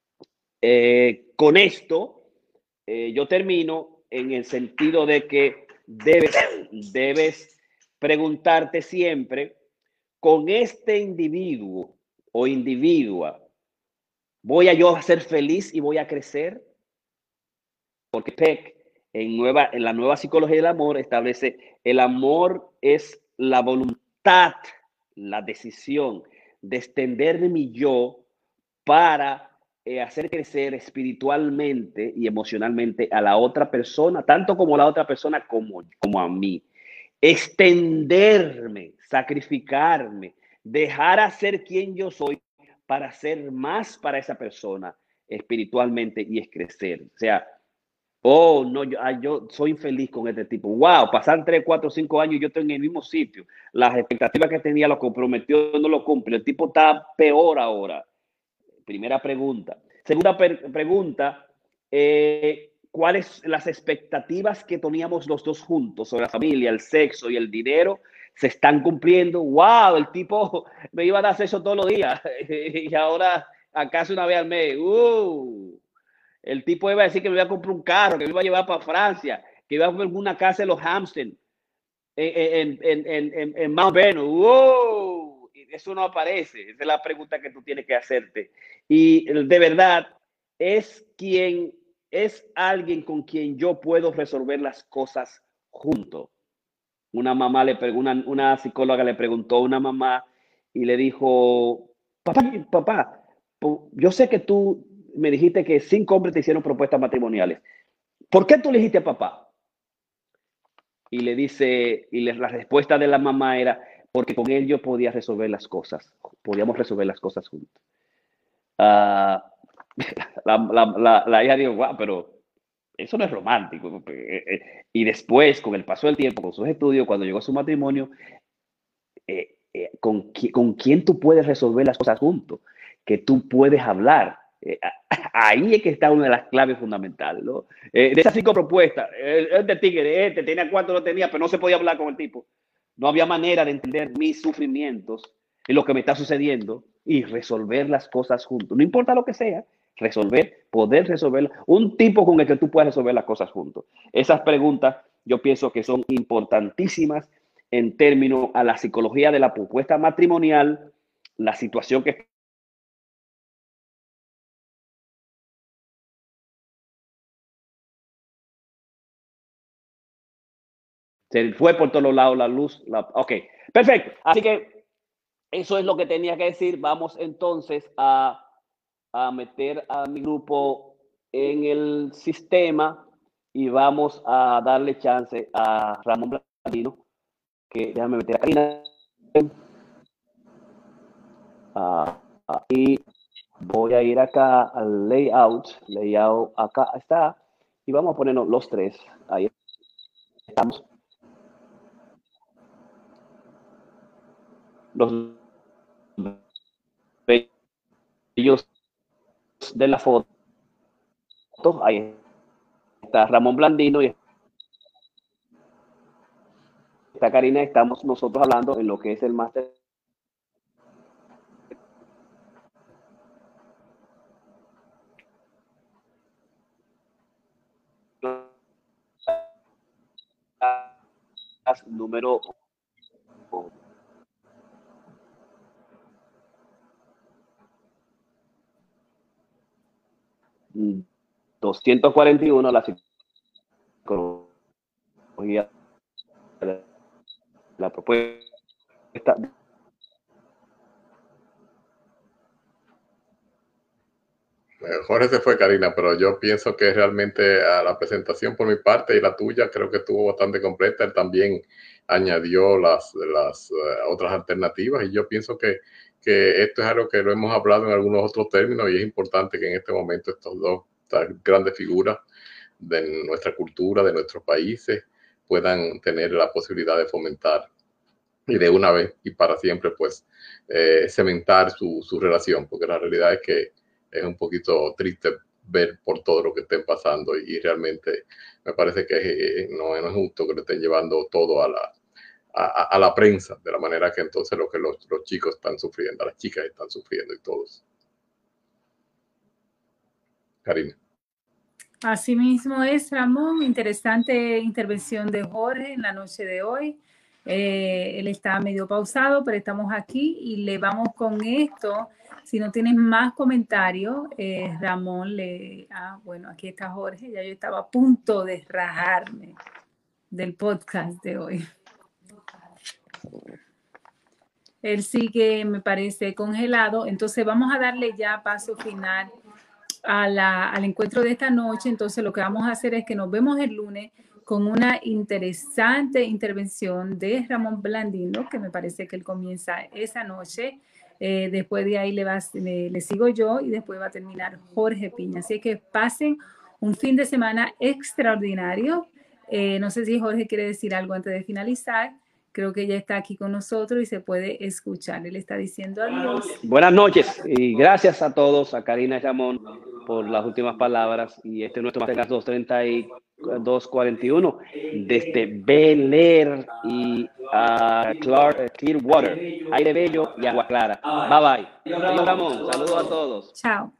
Eh, con esto, eh, yo termino en el sentido de que debes, debes preguntarte siempre, con este individuo o individua, ¿voy a yo a ser feliz y voy a crecer? Porque Peck, en, nueva, en la nueva psicología del amor, establece el amor es la voluntad, la decisión de extender mi yo para eh, hacer crecer espiritualmente y emocionalmente a la otra persona, tanto como la otra persona como, como a mí. Extenderme, sacrificarme, dejar a ser quien yo soy para ser más para esa persona espiritualmente y es crecer. O sea, Oh, no, yo, ah, yo soy infeliz con este tipo. Wow, pasan tres, cuatro, cinco años y yo estoy en el mismo sitio. Las expectativas que tenía, lo comprometió, no lo cumple. El tipo está peor ahora. Primera pregunta. Segunda pregunta, eh, ¿cuáles las expectativas que teníamos los dos juntos sobre la familia, el sexo y el dinero se están cumpliendo? ¡Wow! El tipo me iba a dar sexo todos los días y ahora acaso una vez al mes. ¡Uh! El tipo iba a decir que me iba a comprar un carro, que me iba a llevar para Francia, que iba a comprar una casa en los Hamptons, en, en, en, en, en Mount Vernon. ¡Wow! Eso no aparece. Esa es la pregunta que tú tienes que hacerte. Y de verdad, es quien, es alguien con quien yo puedo resolver las cosas juntos. Una mamá le una, una psicóloga le preguntó a una mamá y le dijo, papá, papá, yo sé que tú me dijiste que cinco hombres te hicieron propuestas matrimoniales. ¿Por qué tú elegiste a papá? Y le dice, y le, la respuesta de la mamá era, porque con él yo podía resolver las cosas, podíamos resolver las cosas juntos. Uh, la, la, la, la hija dijo, wow, pero eso no es romántico. Y después, con el paso del tiempo, con sus estudios, cuando llegó a su matrimonio, eh, eh, ¿con, ¿con quién tú puedes resolver las cosas juntos? Que tú puedes hablar. Eh, ahí es que está una de las claves fundamentales, ¿no? Eh, de esas cinco propuestas, el, el de tigre, este tenía cuatro, no tenía, pero no se podía hablar con el tipo. No había manera de entender mis sufrimientos y lo que me está sucediendo y resolver las cosas juntos. No importa lo que sea, resolver, poder resolver. Un tipo con el que tú puedas resolver las cosas juntos. Esas preguntas yo pienso que son importantísimas en términos a la psicología de la propuesta matrimonial, la situación que se fue por todos lados la luz. La... Ok, perfecto. Así que eso es lo que tenía que decir. Vamos entonces a, a meter a mi grupo en el sistema y vamos a darle chance a Ramón Blandino, que déjame meter a Karina. Uh, uh, y voy a ir acá al layout, layout acá está, y vamos a ponernos los tres. Ahí estamos. Los bellos de la foto. Ahí está Ramón Blandino y está Karina. Estamos nosotros hablando en lo que es el máster. Número doscientos cuarenta y uno, la psicología de la propuesta. Jorge se fue, Karina, pero yo pienso que realmente a la presentación por mi parte y la tuya creo que estuvo bastante completa. Él también añadió las, las uh, otras alternativas y yo pienso que, que esto es algo que lo hemos hablado en algunos otros términos y es importante que en este momento estos dos estas grandes figuras de nuestra cultura, de nuestros países, puedan tener la posibilidad de fomentar y de una vez y para siempre pues eh, cementar su, su relación, porque la realidad es que es un poquito triste ver por todo lo que estén pasando y, y realmente me parece que eh, no, no es justo que le estén llevando todo a la, a, a la prensa, de la manera que entonces lo que los, los chicos están sufriendo, las chicas están sufriendo y todos. Karina. Así mismo es, Ramón. Interesante intervención de Jorge en la noche de hoy. Eh, él está medio pausado, pero estamos aquí y le vamos con esto. Si no tienes más comentarios, eh, Ramón, le... Ah, bueno, aquí está Jorge. Ya yo estaba a punto de rajarme del podcast de hoy. Él sigue, me parece, congelado. Entonces vamos a darle ya paso final a la, al encuentro de esta noche. Entonces lo que vamos a hacer es que nos vemos el lunes con una interesante intervención de Ramón Blandino, que me parece que él comienza esa noche. Eh, después de ahí le, va, le, le sigo yo y después va a terminar Jorge Piña. Así que pasen un fin de semana extraordinario. Eh, no sé si Jorge quiere decir algo antes de finalizar. Creo que ya está aquí con nosotros y se puede escuchar. Él está diciendo adiós. Buenas noches y gracias a todos, a Karina y Ramón por las últimas palabras. Y este es nuestro Masterclass doscientos treinta y dos cuarenta y uno desde Bel Air y uh, Clark, Clearwater, Aire Bello y Agua Clara. Bye bye. Adiós, Ramón. Saludos a todos. Chao.